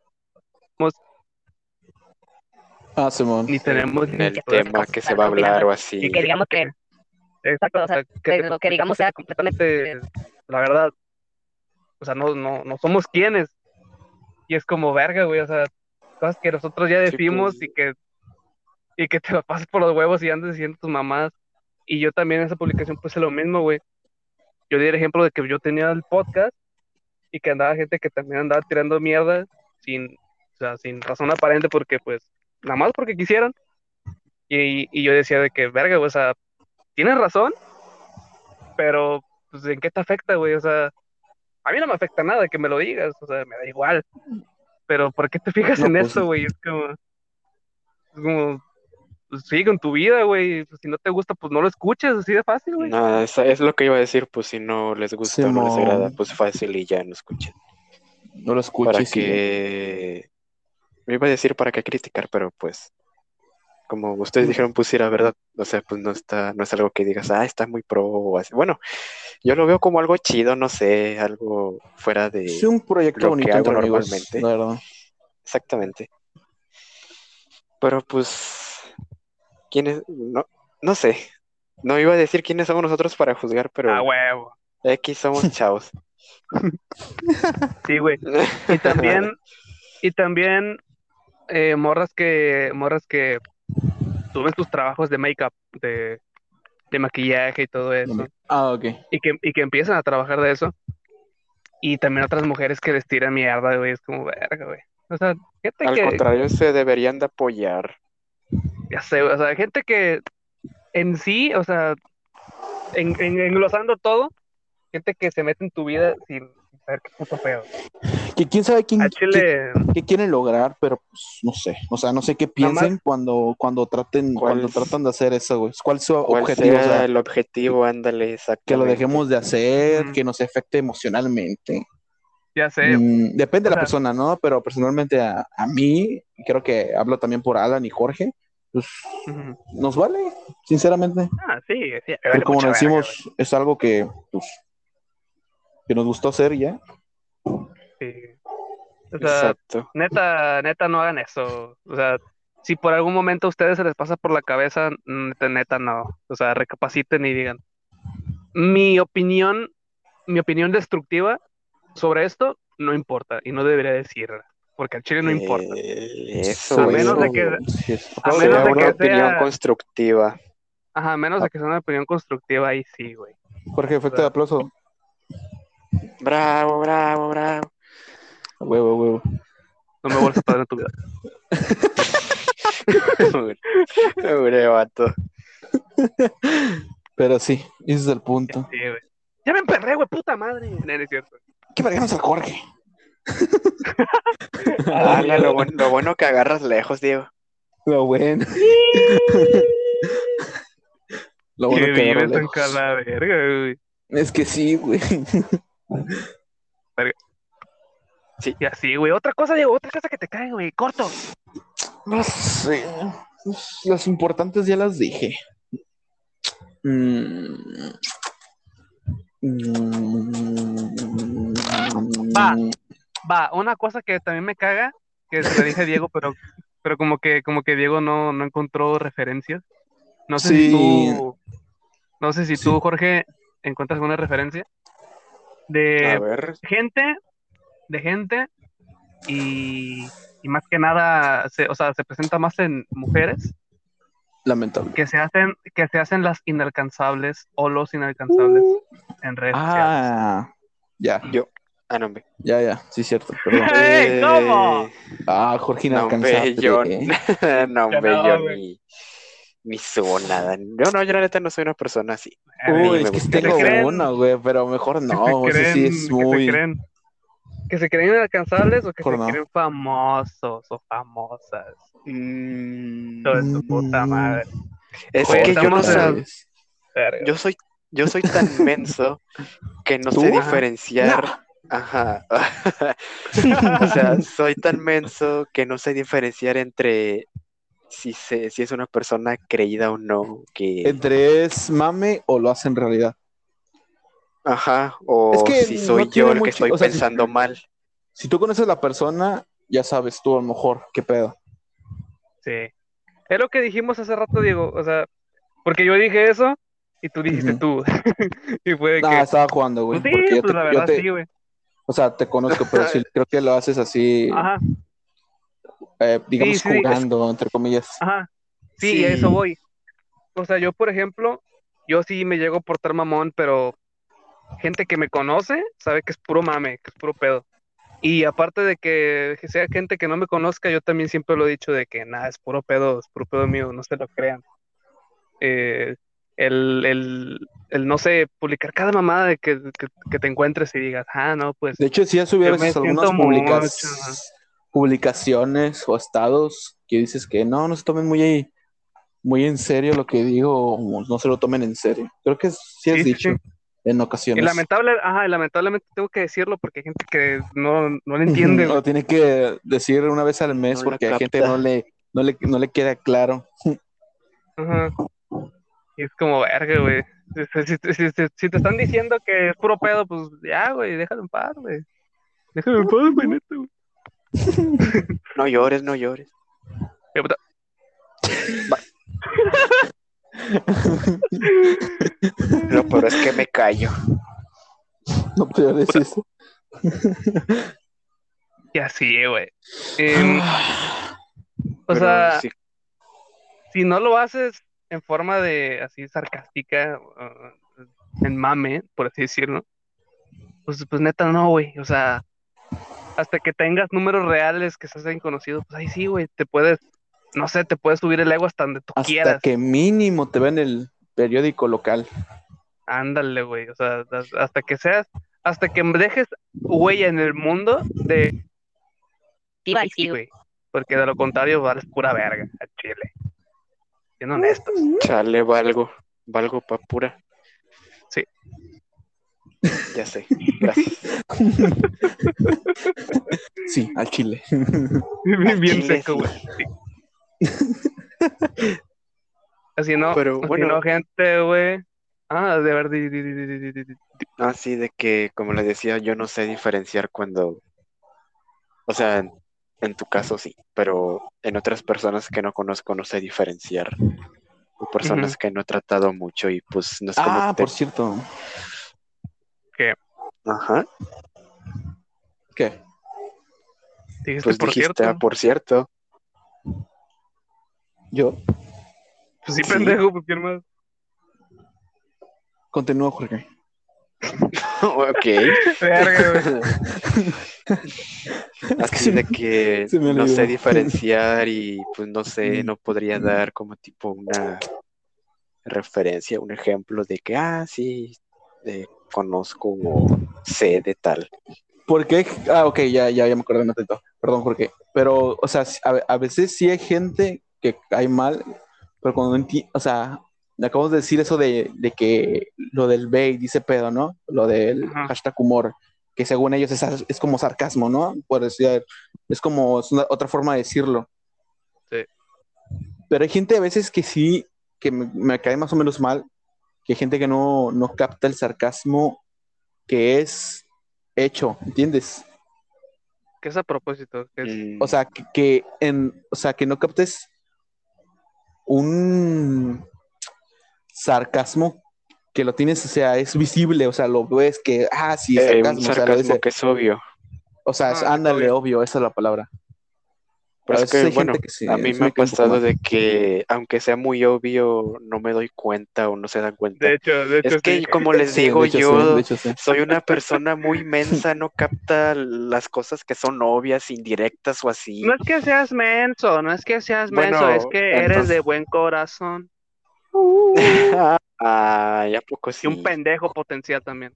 Ah, Simón. ni tenemos En ni el tema que se va a hablar o así. y que digamos que, exacto, o sea, que lo que digamos sea completamente la verdad. O sea, no, no, no somos quienes. Y es como verga, güey. O sea, cosas que nosotros ya Sí, pues. decimos y que, y que te lo pasas por los huevos y andas diciendo tus mamás. Y yo también en esa publicación puse lo mismo, güey. Yo di el ejemplo de que yo tenía el podcast y que andaba gente que también andaba tirando mierda sin, o sea, sin razón aparente porque, pues, nada más porque quisieron. Y, y yo decía de que, verga, güey, o sea, tienes razón, pero, pues, ¿en qué te afecta, güey? O sea, A mí no me afecta nada que me lo digas, o sea, me da igual. Pero ¿por qué te fijas No, en pues eso, güey? Es como, es como, pues, sigue con tu vida, güey. Pues, si no te gusta, pues no lo escuches, así de fácil, güey. Nada, es, es lo que iba a decir, pues si no les gusta o no les agrada, Simón, pues fácil y ya no escuchen. no lo Para escuches y ya. que, me iba a decir para qué criticar, pero pues, como ustedes dijeron, pues sí, era verdad. O sea, pues no está, no es algo que digas, ah, está muy pro o así. Bueno, yo lo veo como algo chido, no sé, algo fuera Es de un proyecto lo que bonito hago entre amigos, normalmente. la verdad. Exactamente. Pero pues, ¿quién es? No, no sé. No iba a decir quiénes somos nosotros para juzgar, Ah, pero huevo. aquí somos chavos. Sí, güey. Y también, y también, eh, morras que, morras que suben sus trabajos de make-up, de, de maquillaje y todo eso. Ah, ok. Y que, y que empiezan a trabajar de eso. Y también otras mujeres que les tiran mierda, güey. Es como, verga, güey. O sea, gente Al que, contrario, se deberían de apoyar. ya sé, o sea, gente que en sí, o sea, en, en- englosando todo, gente que se mete en tu vida sin saber qué puto pedo. Que quién sabe quién, Al qué, chile, qué quieren lograr, pero pues no sé. O sea, no sé qué nada más, piensen cuando, cuando traten, ¿Cuál, cuando s- tratan de hacer eso, güey. ¿Cuál es su cuál objetivo? O sea sea, el objetivo? Ándale, que lo exactamente. dejemos de hacer, ujú, que nos afecte emocionalmente. ya sé, Mm, depende de o la sea, persona, ¿no? Pero personalmente a, a mí, creo que hablo también por Alan y Jorge, pues ujú. nos vale, sinceramente. Ah, sí, sí, me Creo vale que como mucha nos verga, güey. decimos, es algo que, pues, que nos gustó hacer y ya. Sí. O sea, Exacto. neta, neta, no hagan eso. O sea, si por algún momento a ustedes se les pasa por la cabeza, neta, neta, no. O sea, recapaciten y digan, mi opinión, mi opinión destructiva sobre esto no importa y no debería decirla, porque al chile no importa. Eh, A eso, Sí, menos de eso. que, sí, es- a aplauso, menos Sea de una que aplauso. opinión sea, constructiva. ajá, a menos de Ah, que sea una opinión constructiva, ahí sí, güey. Jorge, O efecto de sea, aplauso. Bravo, bravo, bravo. A huevo, a huevo. no me vuelvas a pasar en tu vida. Pobre vato. Pero sí, ese es el Ya punto. sí, güey. Ya me emperré, güey, puta madre. No, no es cierto. ¿Qué verganos al Jorge? A la Ala, lo, mierda. buen- lo bueno que agarras lejos, Diego. Lo bueno, lo Que bueno que agarró vives en lejos. Calaverga, güey. Es que sí, güey. Verga. Sí. Y así, güey. Otra cosa, Diego, otra cosa que te cae, güey. Corto. No sé. Las importantes ya las dije. Mm, Va, mm, va. Una cosa que también me caga, que se le dije a Diego, pero, pero como que, como que Diego no, no encontró referencias. No sé si sí, tú, no sé si sí, tú, Jorge, encuentras alguna referencia A de ver. gente, de gente y, y más que nada, se, o sea, se presenta más en mujeres lamentable. que se hacen, que se hacen las inalcanzables o los inalcanzables Uh, en redes sociales. ah, ya, Yo. Ah, no, hombre. ya, ya, sí, cierto, perdón. ¡Ey! ¿Cómo? Eh, Ah, Jorge no, hombre, yo. inalcanzable. No, Ya hombre, yo no, güey. ni, ni subo nada. Yo no, yo la neta no soy una persona así. Verga, Uy, Ni güey. me es que sí Que se gustaría tengo serlo. creen, uno, güey, pero mejor que se no, ese sí es creen, que se muy, creen, que se creen inalcanzables o que mejor se no. creen famosos o famosas. Todo de su puta Mm, madre. Es Güey, que Jorge, yo no estamos otra sab... en. vez. Verga, Yo soy, yo soy tan menso que no sé ¿Tú? ajá. diferenciar. Ajá. O sea, soy tan menso que no sé diferenciar entre si, se, si es una persona creída o no, que, ¿Entre es mame o lo hace en realidad? ajá, Es o que si no soy yo tiene el que mucho, estoy o sea, si, pensando mal. si tú conoces a la persona, ya sabes tú a lo mejor qué pedo. Sí. Es lo que dijimos hace rato, Diego. O sea, porque yo dije eso y tú dijiste Ujú. tú. Y fue de Ah, que, estaba jugando, pues güey, sí, porque yo pues te, la yo verdad te, sí, güey. o sea, te conozco, pero sí, creo que lo haces así, Ajá. eh, Sí, digamos, sí, sí. Es, jugando, entre comillas. Ajá. Sí, y a eso sí, voy. O sea, yo, por ejemplo, yo sí me llego a portar mamón, pero gente que me conoce sabe que es puro mame, que es puro pedo. Y aparte de que sea gente que no me conozca, yo también siempre lo he dicho de que nada, es puro pedo, es puro pedo mío, no se lo crean. Eh, el, el, el, no sé, publicar cada mamada de que, que, que te encuentres y digas, ah, no, pues De hecho, sí ha subido a yo me veces algunas siento mucho. publicas- publicaciones o estados que dices que no, no se tomen muy, muy en serio lo que digo, o no se lo tomen en serio. Creo que sí has Sí, sí, dicho sí. en Y ocasiones. lamentable, ajá, y lamentablemente tengo que decirlo porque hay gente que no, no lo entiende, güey. Lo tiene que decir una vez al mes No la porque a gente capta. no le, no le, no le queda claro. Ajá. Y es como verga, güey. Si, si- si- si- si- si te están diciendo que es puro pedo, pues ya, güey, déjalo en paz, güey. Déjalo en paz, güey, neta, güey. No llores, no llores. Eh, puta. No, pero es que me callo. No peor es eso. Y así, güey. Em, o Pero sea, sí, si no lo haces en forma de así sarcástica, uh, en mame, por así decirlo, pues, pues neta no, güey. O sea, hasta que tengas números reales que seas alguien conocido, pues ahí sí, güey, te puedes, no sé, te puedes subir el ego hasta donde tú Hasta quieras. que mínimo te ven el periódico local. Ándale, güey. O sea, has- hasta que seas, hasta que dejes huella en el mundo de ahí sí, güey. Porque de lo contrario vales pura verga a Chile. Siendo honestos. chale, valgo. Valgo pa' pura. Sí. Ya sé. Gracias. Sí, al chile. Bien, bien Chile, seco, sí. güey. Sí. Así no, Pero así bueno. no, gente, güey. Ah, de ver, di- di- di- di- di- di- di- Así de que, como le decía, yo no sé diferenciar cuando, o sea, en, en tu caso sí, pero en otras personas que no conozco no sé diferenciar. O personas Ujú. que no he tratado mucho y pues no es como Ah, te- por cierto. ¿Qué? Ajá, ¿Qué? Dijiste, pues por dijiste, cierto. ah, por cierto. Yo Pues sí, Sí. pendejo, pues quién más. continúo, Jorge. Ok. Verga, güey. Así de que Se me no sé olvidó. diferenciar y pues no sé, Mm. no podría dar como tipo una referencia, un ejemplo de que, ah, sí, eh, conozco o sé de tal. ¿Por qué? Ah, ok, ya, ya, ya me acordé un ratito. Perdón, Jorge. Pero, o sea, a, a veces sí hay gente que cae mal, pero cuando no enti- o sea, me acabamos de decir eso de, de que lo del bait dice pedo, ¿no? Lo del Ajá. hashtag humor, que según ellos es, es como sarcasmo, ¿no? Por decir, es como es una- otra forma de decirlo. Sí. Pero hay gente a veces que sí, que me, me cae más o menos mal, que hay gente que no, no capta el sarcasmo que es hecho, ¿entiendes? ¿Qué es a propósito? ¿Qué es? Mm, O sea, que, que en, o sea, que no captes un sarcasmo que lo tienes, o sea, es visible, o sea, lo ves que, ah, sí, eh, un sarcasmo, o sea, lo sarcasmo dice, que es obvio. o sea, es- Ah, ándale, obvio. obvio, esa es la palabra. Pero A es veces que, hay bueno, gente que sí, a mí eso me ha me cae un poco pasado mal. de que, aunque sea muy obvio, no me doy cuenta o no se dan cuenta. De hecho, de hecho, Es que, sí. como les Sí, digo, de hecho, sí, yo de hecho, sí. soy una persona muy mensa, no capta las cosas que son obvias, indirectas o así. No es que seas menso, no es que seas menso, Bueno, es que eres entonces- de buen corazón. Ay, ¿a poco Y sí? un pendejo potencial también.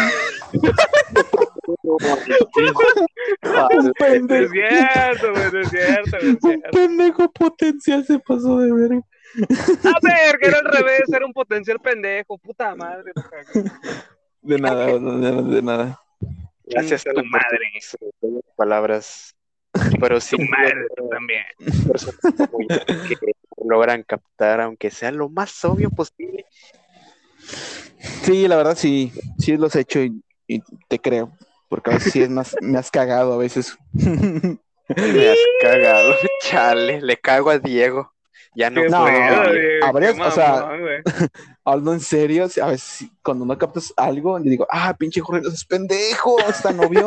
Un No pendejo, es cierto, güey, no es cierto, güey, no es un cierto. pendejo potencial se pasó de verga. A ver, que era al revés, era un potencial pendejo, puta madre. la cagué. De nada, de nada, de nada. Gracias a Tu la madre. madre. Palabras. Pero sí, Tu madre, tú también. personas como yo que logran captar, aunque sea lo más obvio posible. Sí, la verdad sí, sí los he hecho y, y te creo, porque a veces sí es más, me has cagado a veces. Me has cagado, chale, le cago a Diego. Ya no Qué No, puedo pedo, vivir. Diego, habrías- qué o sea, mamón, güey. Hablo en serio, a veces sí, cuando no captas algo, le digo, ah, pinche Jorge, es pendejo, es tan obvio.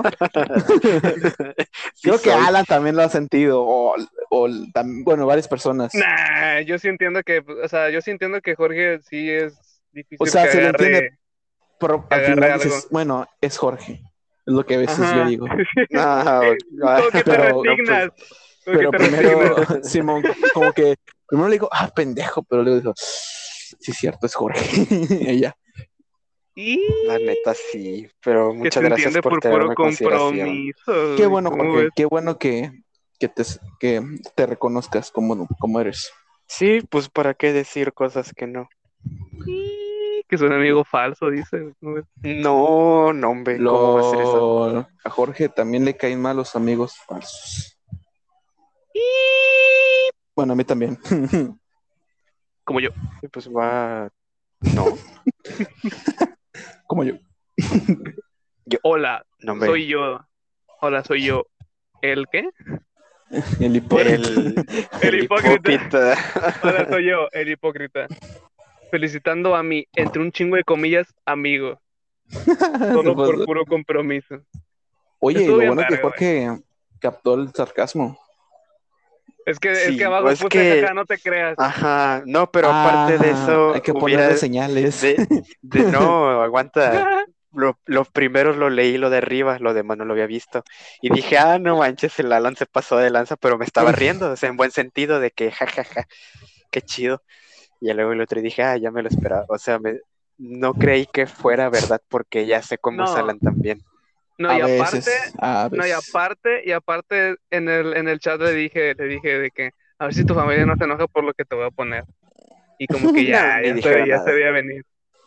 Sí Creo que soy. Alan también lo ha sentido, o, o tam- bueno, varias personas. Nah, yo sí entiendo que, o sea, yo sí entiendo que Jorge sí es difícil O sea, que se le agarre. entiende, pero que al agarre final algo. dices, bueno, es Jorge. Es lo que a veces Ajá. yo digo. Ah, Como que te pero- resignas. Como Pero que te primero, resignas. Simón, como que primero le digo, ah, pendejo, pero luego digo, sí, cierto, es Jorge. Ella. Y La neta sí, pero que muchas se gracias entiende por por tenerme puro en consideración. compromiso. Qué güey, bueno, ¿cómo Jorge, ves? qué bueno que, que, te, que te reconozcas como, como eres. Sí, pues para qué decir cosas que no. Y que es un amigo falso, dice. güey, ¿cómo ves? No, no, hombre, ¿cómo va a ser eso? Lo... A Jorge también le caen mal los amigos falsos. Y Bueno, a mí también. como yo. Sí, pues va. No, Como yo. Hola, no, hombre. soy yo. Hola, soy yo. ¿El qué? El hipócrita. El, El el hipócrita. hipócrita. Hola, soy yo, el hipócrita. Felicitando a mi, entre un chingo de comillas, amigo. Solo por puro compromiso. Oye, y Estuvo lo bien bueno que verga, güey. Jorge captó el sarcasmo. Es que, es que Sí, abajo es puse que. jaja, no te creas. Ajá, no, pero aparte de Ah, eso, hay que hubiera. ponerle señales. De, de no, aguanta. Lo, los primeros lo leí, lo de arriba, lo demás no lo había visto. Y dije, ah, no manches, el Alan se pasó de lanza, pero me estaba riendo, o sea, en buen sentido, de que, jajaja, qué chido. Y luego el otro dije, ah, ya me lo esperaba. O sea, me, no creí que fuera verdad porque ya sé cómo es No, Alan también. no, A y aparte, veces, a no, y veces. aparte, y aparte en el, en el chat le dije, le dije de que a ver si tu familia no se enoja por lo que te voy a poner. Y como que No, ya, ni ya dijeron se, ya se nada. veía venir.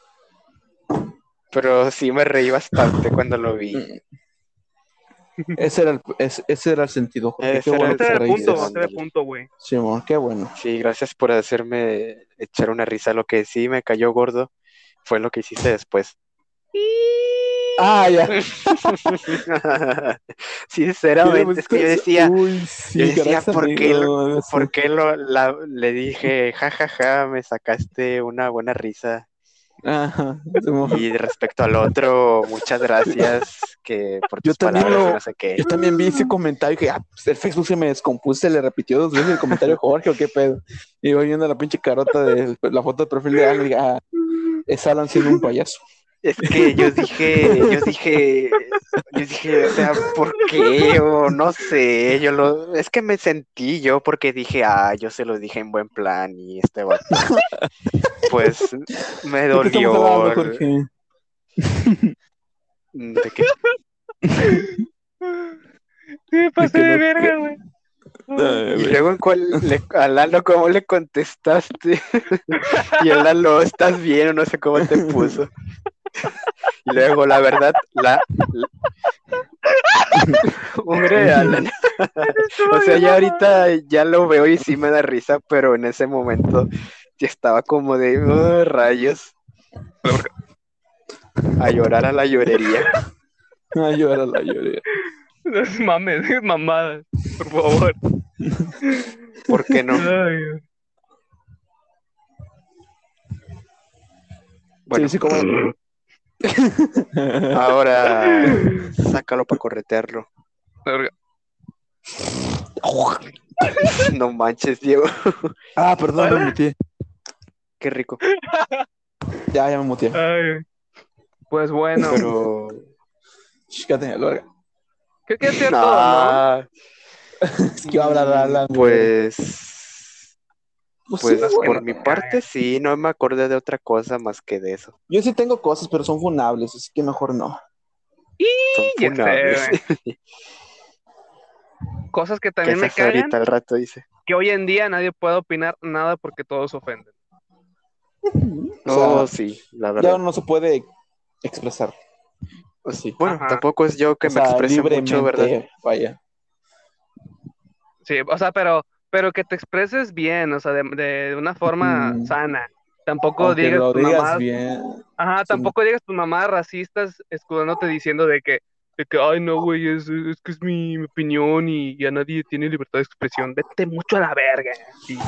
Pero sí me reí bastante cuando lo vi. Ese era el, ese, ese era el sentido, Jorge. Ese Qué era bueno el que Ese te era el reíste. sentido, punto, ese era el ándale. punto, güey. Simón, qué bueno. Sí, gracias por hacerme echar una risa. Lo que sí me cayó gordo fue lo que hiciste después. Ah, ya. Sinceramente, es que yo decía, Uy, yo sí, decía, gracias, ¿por qué, lo, amigo. por qué lo, la- le dije, jajaja, me sacaste una buena risa? Ajá, Simón. Y respecto al otro, muchas gracias que por Yo tus también palabras y lo, no sé qué. yo también vi ese comentario y dije, ah, pues el Facebook se me descompuso, se le repitió dos veces el comentario de Jorge, o qué pedo. Y voy viendo la pinche carota de la foto de perfil de Alan y dije, ah, es Alan siendo un payaso. Es que yo dije, yo dije, yo dije, o sea, ¿por qué? O no sé, yo lo, es que me sentí yo porque dije, ah, yo se lo dije en buen plan y este vato, pues me ¿De qué estamos dolió. hablando, Jorge? ¿De qué? Sí, pasé que de no- verga, güey. Ay, Y güey. luego en cuál, le, a Lalo, ¿cómo le contestaste? Y el Lalo, ¿estás bien? O no sé cómo te puso. Y luego, la verdad, la... la- Hombre, Alan. O sea, ya ahorita ya lo veo y sí me da risa, pero en ese momento ya estaba como de "Oh, rayos". A llorar a la llorería. Ay, yo era la lloré. No es mames, es mamadas, por favor. ¿Por qué no? Ay, güey. Bueno, Sí, sí, como. ahora sácalo para corretearlo. Verga. No manches, Diego. Ah, perdón, me muteé. Qué rico. Ya, ya me muteé. Ay, güey. Pues bueno, Pero... Fíjate, la verga. creo que es cierto, ¿no? Ah, Es que iba a hablar Alan, güey. pues... Pues, Pues sí, por bueno. mi parte sí, no me acordé de otra cosa más que de eso. Yo sí tengo cosas, pero son funables, así que mejor no. Son Ya sé, funables. güey. Cosas que ¿Qué también me haces cagan, ahorita al rato? Dice. que hoy en día nadie puede opinar nada porque todos ofenden. O Oh, sea, sí, la ya verdad. no se puede expresar. Pues sí. Bueno, Ajá. tampoco es yo que O me sea, exprese mucho, ¿verdad? libremente, vaya. Sí, o sea, pero, pero que te expreses bien, o sea, de, de una forma Mm. sana. Tampoco Aunque digas lo tus digas mamadas, bien. ajá, Sí, tampoco digas tus mamadas racistas escudándote diciendo de que, de que, ay, no, güey, es, es que es mi, mi opinión y ya nadie tiene libertad de expresión. Vete mucho a la verga. Sí.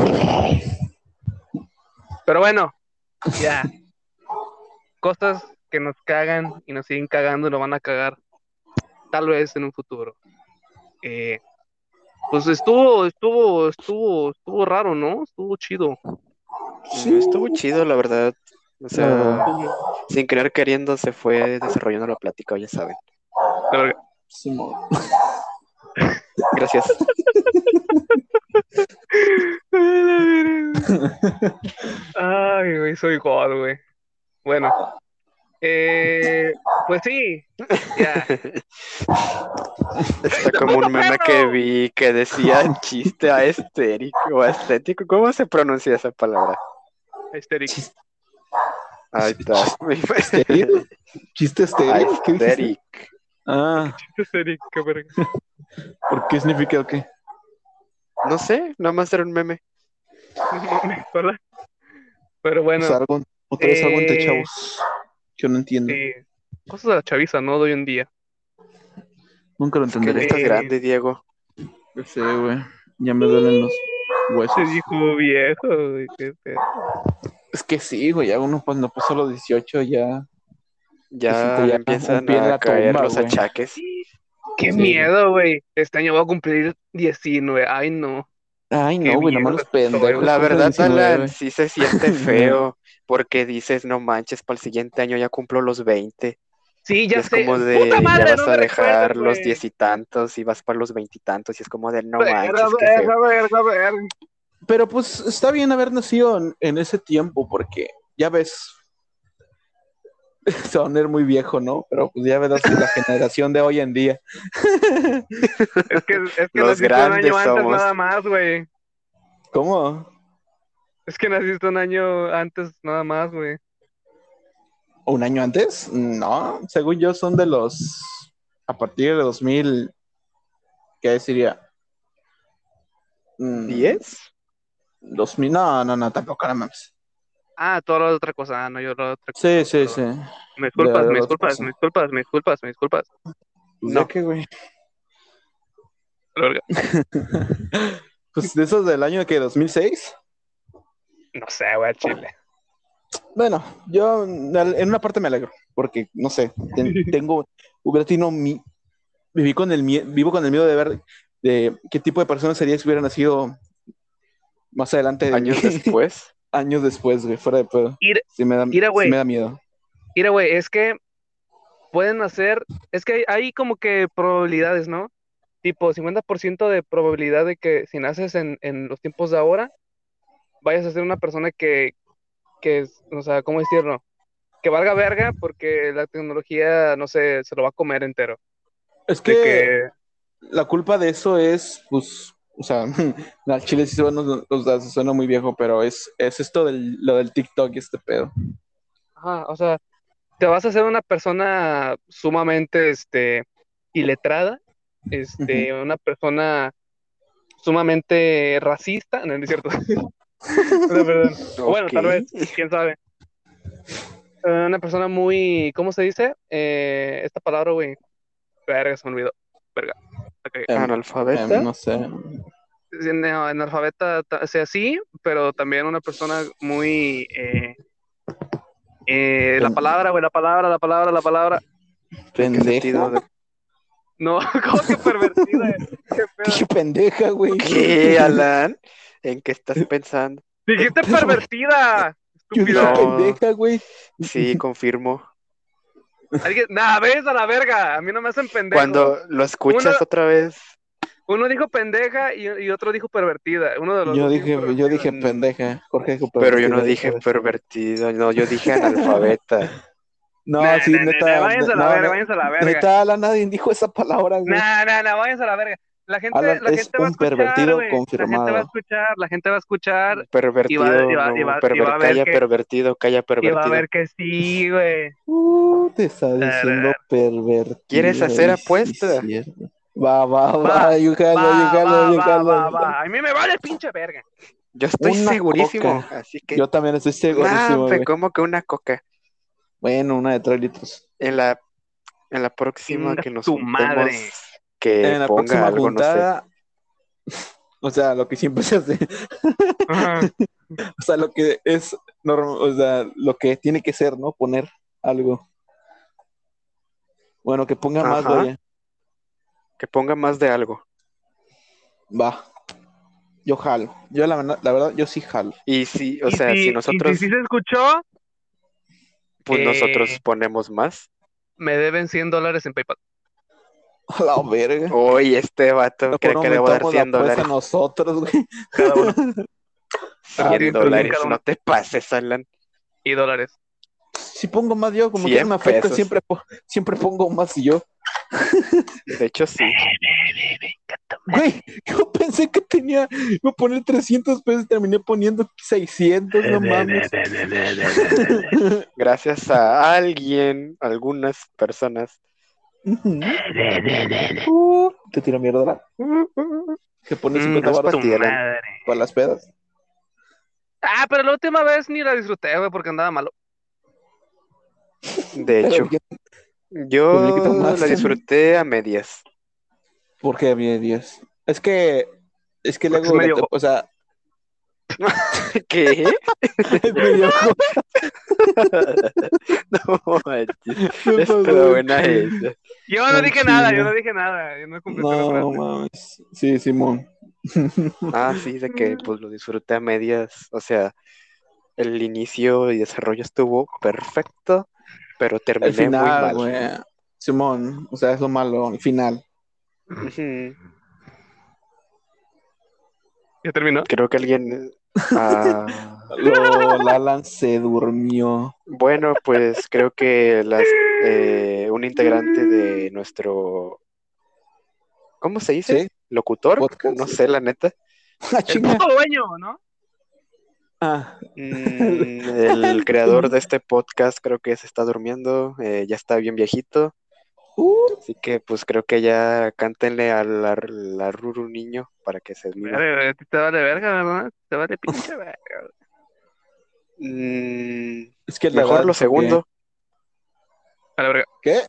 Pero bueno, ya. Cosas que nos cagan y nos siguen cagando y nos van a cagar tal vez en un futuro. Eh, pues estuvo, estuvo, estuvo, estuvo raro, ¿no? Estuvo chido. Mm, Estuvo chido, la verdad. O La sea, verdad. sin querer queriendo se fue desarrollando la plática, ya saben. Pero, Simón. Gracias. Ay, güey, soy God, güey. Bueno, eh, pues sí, ya. Está como un meme que vi que decía chiste aestérico o estético. ¿Cómo se pronuncia esa palabra? Histérico. Ahí está. ¿Estéril? ¿Chiste estéril? ¿Qué dijiste? Aesthetic. Ah, Chiste histérico, qué verga. ¿por qué significa o qué? No sé, nada más era un meme. No mames, ¿verdad? Pero bueno, O sea, algo, otra vez algo entre eh, chavos. Que no entiendo. sí, cosas de la chaviza, ¿no? De hoy en día. Nunca lo Es que ya entenderé. estás Eh, grande, Diego. No sé, güey. Ya me duelen los huesos. Se dijo viejo, güey, qué pedo. Es que sí, güey. Ya uno cuando pasó los dieciocho ya se siente Ya le ya un empiezan pie en a la caer tumba, los güey. achaques. Qué Sí, güey. miedo, güey. Este año voy a cumplir diecinueve. Ay, no. Ay, Qué no, güey. Nada más viejo los estoy, pendejos güey. La cumplen verdad, Alan, diecinueve. sí se siente feo porque dices, no manches, para el siguiente año ya cumplo los veinte. Sí, Y ya es sé. como Puta de, ya madre, vas no a me recuerdes, dejar los güey. diez y tantos y vas para los veintitantos y es como de, no Verga, manches, qué feo. verga, verga, verga. Pero pues está bien haber nacido en, en ese tiempo porque ya ves, se va a poner muy viejo, ¿no? Pero pues ya ves la, la generación de hoy en día. Es que, es que Los naciste un año grandes antes somos. nada más, güey. ¿Cómo? Es que naciste un año antes nada más, güey. ¿Un año antes? No, según yo son de los, a partir de dos mil, ¿qué deciría? Mm, ¿Diez? dos mil, no, no, no, tampoco, no mames. Ah, todo lo de otra cosa. Ah, no, yo lo de otra Sí, cosa. sí, sí. Perdón. Me De, disculpas, de me la otra disculpas, me cosa. disculpas, me disculpas, me disculpas. Pues ya No. que, güey. Verga. Pues de esos del año que dos mil seis. No sé, güey, chile. Bueno, yo en una parte me alegro, porque, no sé, ten- tengo, hubiera tenido mi, viví con el mie- vivo con el miedo de ver de qué tipo de persona sería si hubiera nacido más adelante de Años mí, después. años después, güey, fuera de pedo. Ir, Sí me da, Mira, sí me güey, da miedo. mira, güey, es que pueden hacer, es que hay, hay como que probabilidades, ¿no? Tipo cincuenta por ciento de probabilidad de que si naces en, en los tiempos de ahora, vayas a ser una persona que, que, es- o sea, ¿cómo decirlo? Que valga verga porque la tecnología, no sé, se lo va a comer entero. Es De que que, la culpa de eso es, pues, o sea, al chile sí suena, o sea, suena muy viejo, pero es, es esto del, lo del TikTok y este pedo. ajá, o sea, te vas a hacer una persona sumamente, este, iletrada, Ujú. este, una persona sumamente racista, no, no es cierto. No, perdón. O bueno, Ok. tal vez, quién sabe. Eh, una persona muy, ¿cómo se dice? Eh, esta palabra, güey. Verga, se me olvidó. Verga. Ok. Em, Analfabeta. em, no sé. Sí, no, analfabeta, ta- o sea, sí, pero también una persona muy... eh, eh, la Pen- palabra, güey, la palabra, la palabra, la palabra. ¿En qué sentido? ¿Pendeja? de- No, ¿cómo que pervertida? ¿Qué pedo? Dije pendeja, güey. ¿Qué, Alan? ¿En qué estás pensando? Dijiste pervertida, Yo dije estúpida. No, pendeja, güey. sí, confirmo. Alguien, nah, ves a la verga, a mí no me hacen pendejo. Cuando lo escuchas Uno, otra vez, uno dijo pendeja y, y otro dijo pervertida. Uno de los Yo dos dijo dije, yo pervertida. dije mm, pendeja. Jorge dijo pero yo no pervertida, dije esa vez. pervertido, no, yo dije analfabeta. No, Nah, sí, nah, nah, nah, neta. váyanse ne- a la No, verga, ne- váyanse a la verga. neta, Alan, nadie dijo esa palabra, güey. Nah, nah, nah, váyanse a la verga. La gente, Alan la es gente va a un escuchar, pervertido güey. La gente va a confirmado. escuchar, la gente va a escuchar y va, y Pervertido, va, y no, va, y va perver, a ver calla que, pervertido, calla y va a pervertido. ver que sí, güey. Uh, te está diciendo Ver, ¿Quieres pervertido. hacer Y sí, apuesta? cierto. Va, va, Va, va, yo jalo, yo va, jalo, va, yo va, jalo, va, yo jalo. va. A mí me vale pinche verga. Yo estoy Una segurísimo, coca. así que, Yo también estoy nah, segurísimo, hombre, güey. ¿cómo que una coca? Bueno, una de tres litros. En la, en la próxima Chinga que nos tu juntemos, madre. que En la ponga próxima algo, no sé. juntada, o sea, lo que siempre se hace. Ajá. O sea, lo que es normal, o sea, lo que tiene que ser, ¿no? Poner algo. Bueno, que ponga más, Ajá, vaya. que ponga más de algo. Va. Yo jalo. Yo la, verdad- la verdad, yo sí jalo. Y si, o Y sea, si, si y nosotros, si sí se escuchó, pues eh, nosotros ponemos más. me deben cien dólares en PayPal. A la verga. Uy, este vato Mejor cree que le voy a dar aumentamos la cien apuesta dólares. nosotros, güey. Cada uno. Ah, cien bien, dólares, cada uno. no te pases, Alan. Y dólares. Si pongo más yo, como que cien me afecta, pesos. siempre, po- siempre pongo más yo. De hecho, sí. Güey, yo pensé que tenía, iba a poner trescientos pesos y terminé poniendo seiscientos, no mames. Gracias a alguien, algunas personas. Ujú. Uh, te tiro mierda. Que pone Mm, cincuenta no es baros pa' ti, Alan. madre. para las pedas. Ah, pero la última vez ni la disfruté, güey, porque andaba malo. De Pero hecho, bien, pero yo bien que tomaste, la ¿no? disfruté a medias. ¿Por qué había diez? Es que, es que Porque es luego, la medio te- jo- o sea, ¿Qué? es medio jo- No manches. me pasó Estuvo de buena chile. esa. Yo no Al dije nada, yo chile. no dije nada. Yo no completé la No frase. mames. Sí, Simón. Ah, sí, de que pues lo disfruté a medias. O sea, el inicio y desarrollo estuvo perfecto, pero El terminé muy final, mal. güey. Simón, o sea, es lo malo, el final. Ujú. ¿Ya terminó? Creo que alguien... ah, Lo, Lalan se durmió. bueno, pues creo que las, eh, un integrante de nuestro... ¿Cómo se dice? ¿Sí? ¿Locutor? ¿Podcast? No sé, la neta. Ah, El chinga. puto dueño, ¿no? Ah. Mm, el creador de este podcast creo que se está durmiendo, eh, ya está bien viejito, Uh, así que pues creo que ya cántenle a la, la Ruru niño para que se viva. Verga, a ti te vale verga, ¿verdad? Te vale pinche verga. Mm, es que la mejor edad, lo porque- segundo. A la verga. ¿Qué?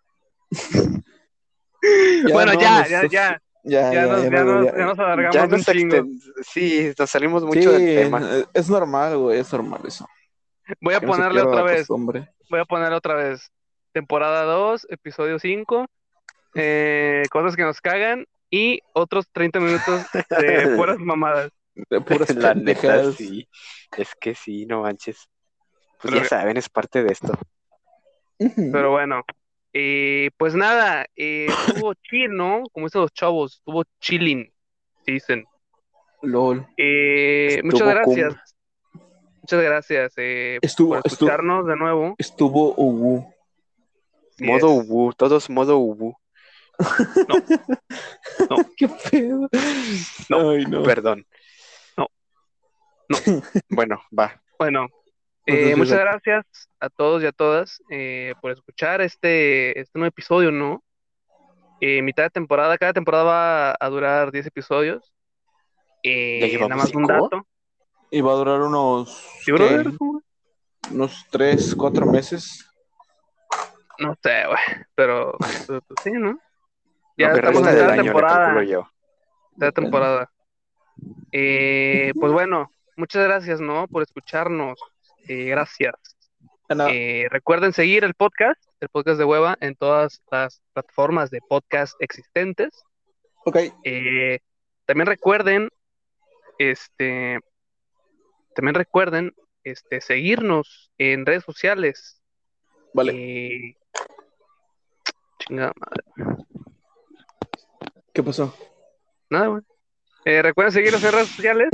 Bueno, no, ya, nos- ya, ya. Ya, Ya ya, nos, ya, ya no, nos, ya. ya nos Ya alargamos un nos chingo. exten- sí, nos salimos Sí, mucho del tema. es- es normal, güey, es normal eso. Voy a Que no se ponerle pierda otra la vez. costumbre. Voy a ponerle otra vez. Temporada dos, episodio cinco. eh, cosas que nos cagan. Y otros treinta minutos de puras mamadas. De puras La neta, pendejadas. sí. Es que sí, no manches. Pues Pero, ya saben, es parte de esto. Ujú. pero bueno. Eh, pues nada, eh, estuvo chill, ¿no? Como dicen los chavos, estuvo chilling, se dicen. LOL. Eh, muchas Estuvo gracias. cum. Muchas gracias eh, Estuvo, por estuvo, escucharnos de nuevo. estuvo Ubu. Así Modo es. Ubu, todos modo Ubu. No, no, ¿Qué pedo? No. Ay, no. Perdón. No. No. Bueno, va. bueno, eh, Entonces, muchas la- gracias a todos y a todas eh, por escuchar este, este nuevo episodio, ¿no? Eh, mitad de temporada, cada temporada va a durar diez episodios. Eh, ¿Ya nada llevamos más un cinco? dato. Y va a durar unos, ¿Sí, ¿qué? brother? ¿Cómo? Unos tres, cuatro meses. No sé, güey, pero, pero, pues sí, ¿no? Ya No, El estamos resto en pero- del cada año le calculo temporada. yo. Cada Depende. temporada. Eh, pues bueno, muchas gracias, ¿no? Por escucharnos. Eh, gracias. Ana, Eh, recuerden seguir el podcast, el podcast de Hueva, en todas las plataformas de podcast existentes. ok, Eh, también recuerden, este, también recuerden, este, seguirnos en redes sociales. vale. Eh, chingada madre. ¿Qué pasó? Nada, güey. Eh, recuerden seguirnos en redes sociales.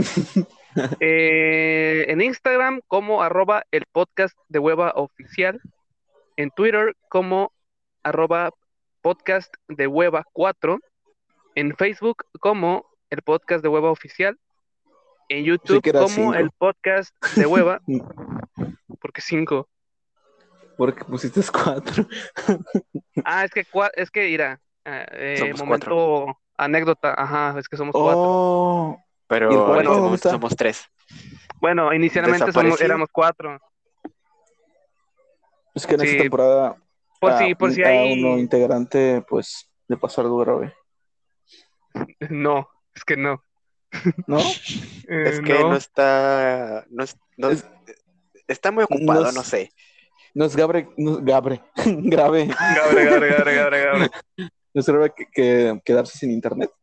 Eh, en Instagram como arroba el podcast de Hueva oficial. En Twitter como arroba podcast de Hueva cuatro. En Facebook como el podcast de Hueva oficial. En YouTube que era como cinco. el podcast de Hueva. Porque cinco. Porque pusiste cuatro. Ah, es que cua- es que irá. eh, Somos momento anécdota. Ajá, es que somos cuatro. Oh, ¿y el Pero cuarto en este dónde momento está? somos tres. Bueno, inicialmente somos, ¿Desaparecido? éramos cuatro. Es que en Sí. esta temporada Por a, si, por si a hay. uno integrante, pues, de pasar duro, güey. No, es que no. ¿No? Eh, Es que no, está. No, es- no- Es- está muy ocupado, no es- no sé. No es Gabre, no es Gabre, grave. Gabre, gabre, gabre, gabre, gabre. No es grave que, que- quedarse sin internet.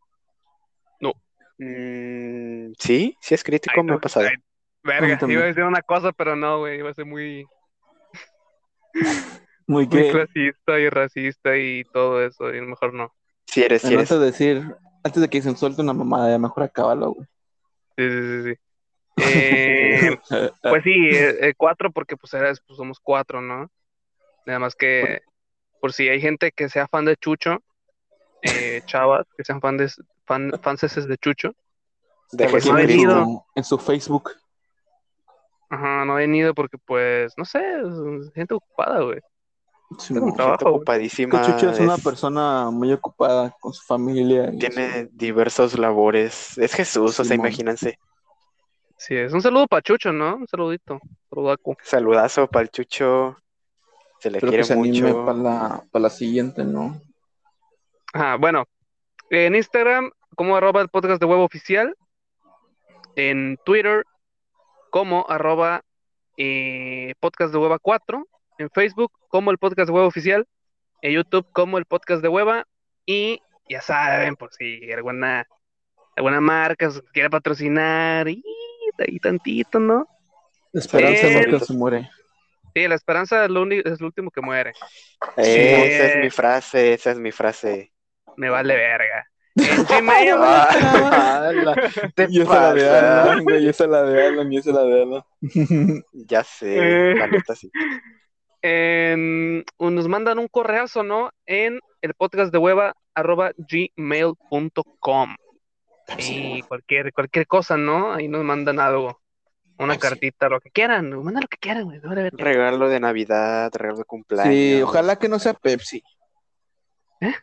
Mm, sí, sí es crítico, Ay, me ha no, pasado. ay, A mí verga, también. iba a decir una cosa, pero no, güey, iba a ser muy. Muy muy que, clasista y racista y todo eso, y mejor no. Si eres, si bueno, eres. antes de decir, antes de que se suelte una mamada, ya mejor acábalo, güey. Sí, sí, sí, sí. Eh, pues sí, eh, eh, cuatro porque pues, eres, pues somos cuatro, ¿no? Nada más que por si hay gente que sea fan de Chucho, eh, chavas, que sean fan de, fan, fanses de Chucho, Deje pues no su ha Chequen en venido. Facebook. su, en su Facebook. Ajá, no ha venido porque pues, no sé, es gente ocupada, güey. Sí, Tengo un mo. Gente trabajo, güey. Que Chucho ocupadísima. es una Es, persona muy ocupada con su familia y su tiene diversos labores. Es Jesús, o sea, Simón. imagínense. Sí, es un saludo para Chucho, ¿no? Un saludito, saludaco. Saludazo para el Chucho. Se le Espero que quiere se anime mucho. para la, para la siguiente, ¿no? Ajá, bueno, en Instagram, como arroba el podcast de huevo oficial, en Twitter, como arroba eh, podcast de hueva cuatro, en Facebook, como el podcast de hueva oficial, en YouTube, como el podcast de hueva, y ya saben, por si alguna, alguna marca se quiere patrocinar, y ahí tantito, ¿no? La esperanza Solitos, En, nunca se solitos. muere. sí, la esperanza es lo, uni- es lo último que muere. Simón. Esa es Eh, mi frase, esa es mi frase. me vale verga. En Gmail, Yo me la esperaba. Ah, la- ¿Te Y esa la de pasa? Alan, güey, y esa la de Alan, y esa la de Alan. Ya sé, eh, la neta sí. en- nos mandan un correazo, ¿no? En el podcast de hueva arroba gmail punto com. Y cualquier, cualquier cosa, ¿no? Ahí nos mandan algo, una Pepsi. cartita, lo que quieran, nos mandan lo que quieran, güey, me vale verga. Regalo de Navidad, regalo de Sí, cumpleaños. ojalá que no sea Pepsi. ¿Eh?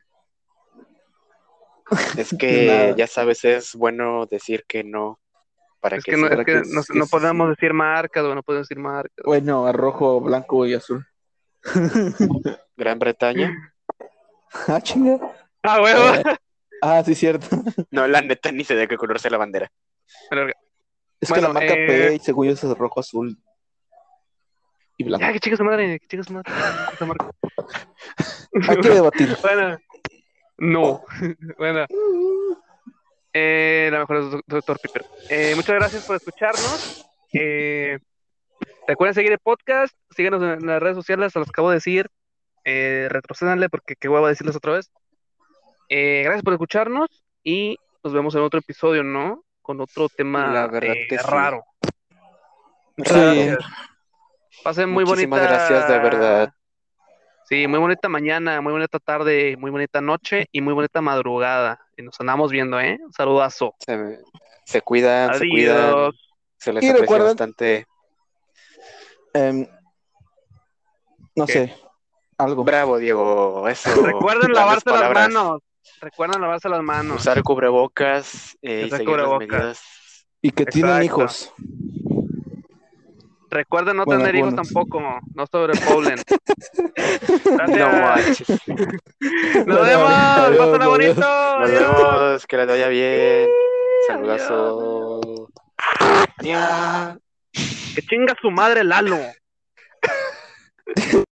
Es De que, nada. ya sabes, es bueno decir que no para Es que que no, sí. es Para que que, no, que no sí, podemos sí. decir marcas, güey, no podemos decir marcas. Bueno, a rojo, blanco y azul. Gran Bretaña. Ah, chinga. Ah, huevo. Eh, ah, sí, cierto. No, la neta ni sé de qué color sea la bandera. Vale, verga. Es que Bueno, la marca eh, P E, según yo, es rojo, azul y ya, blanco. que chica su madre, que chica su madre, esa marca. Hay que debatir. Bueno, no. Bueno, eh, la mejor es doctor Piper. Eh, muchas gracias por escucharnos. Eh, recuerden seguir el podcast, síganos en las redes sociales, se los acabo de decir. Eh, retrocédanle porque qué hueva decirles otra vez. Eh, gracias por escucharnos y nos vemos en otro episodio, ¿no? Con otro La tema verdad eh, que sí. raro. Muchas Sí. gracias. Pasen muy Muchísimas gracias, de verdad. bonita. Sí, muy bonita mañana, muy bonita tarde, muy bonita noche y muy bonita madrugada. Y nos andamos viendo, ¿eh? Un saludazo. Se, se cuidan, se cuidan. Adiós. Se les Y aprecia recuerden, bastante. em, no ¿Qué? sé, algo. Bravo, Diego. Eso. Recuerden Grandes lavarse las palabras. manos. Recuerden lavarse las manos. Usar cubrebocas eh, y Usar seguir las cubrebocas. medidas. Y que tienen Exacto. hijos. Recuerden no Bueno, tener hijos algunos. tampoco. No sobrepoblen. No Gracias. manches. Nos Bueno, vemos. adiós, Pásenla adiós. bonito. Nos Adiós. vemos. Que les vaya bien. Adiós. Saludazo. Adiós. Que chinga su madre Lalo.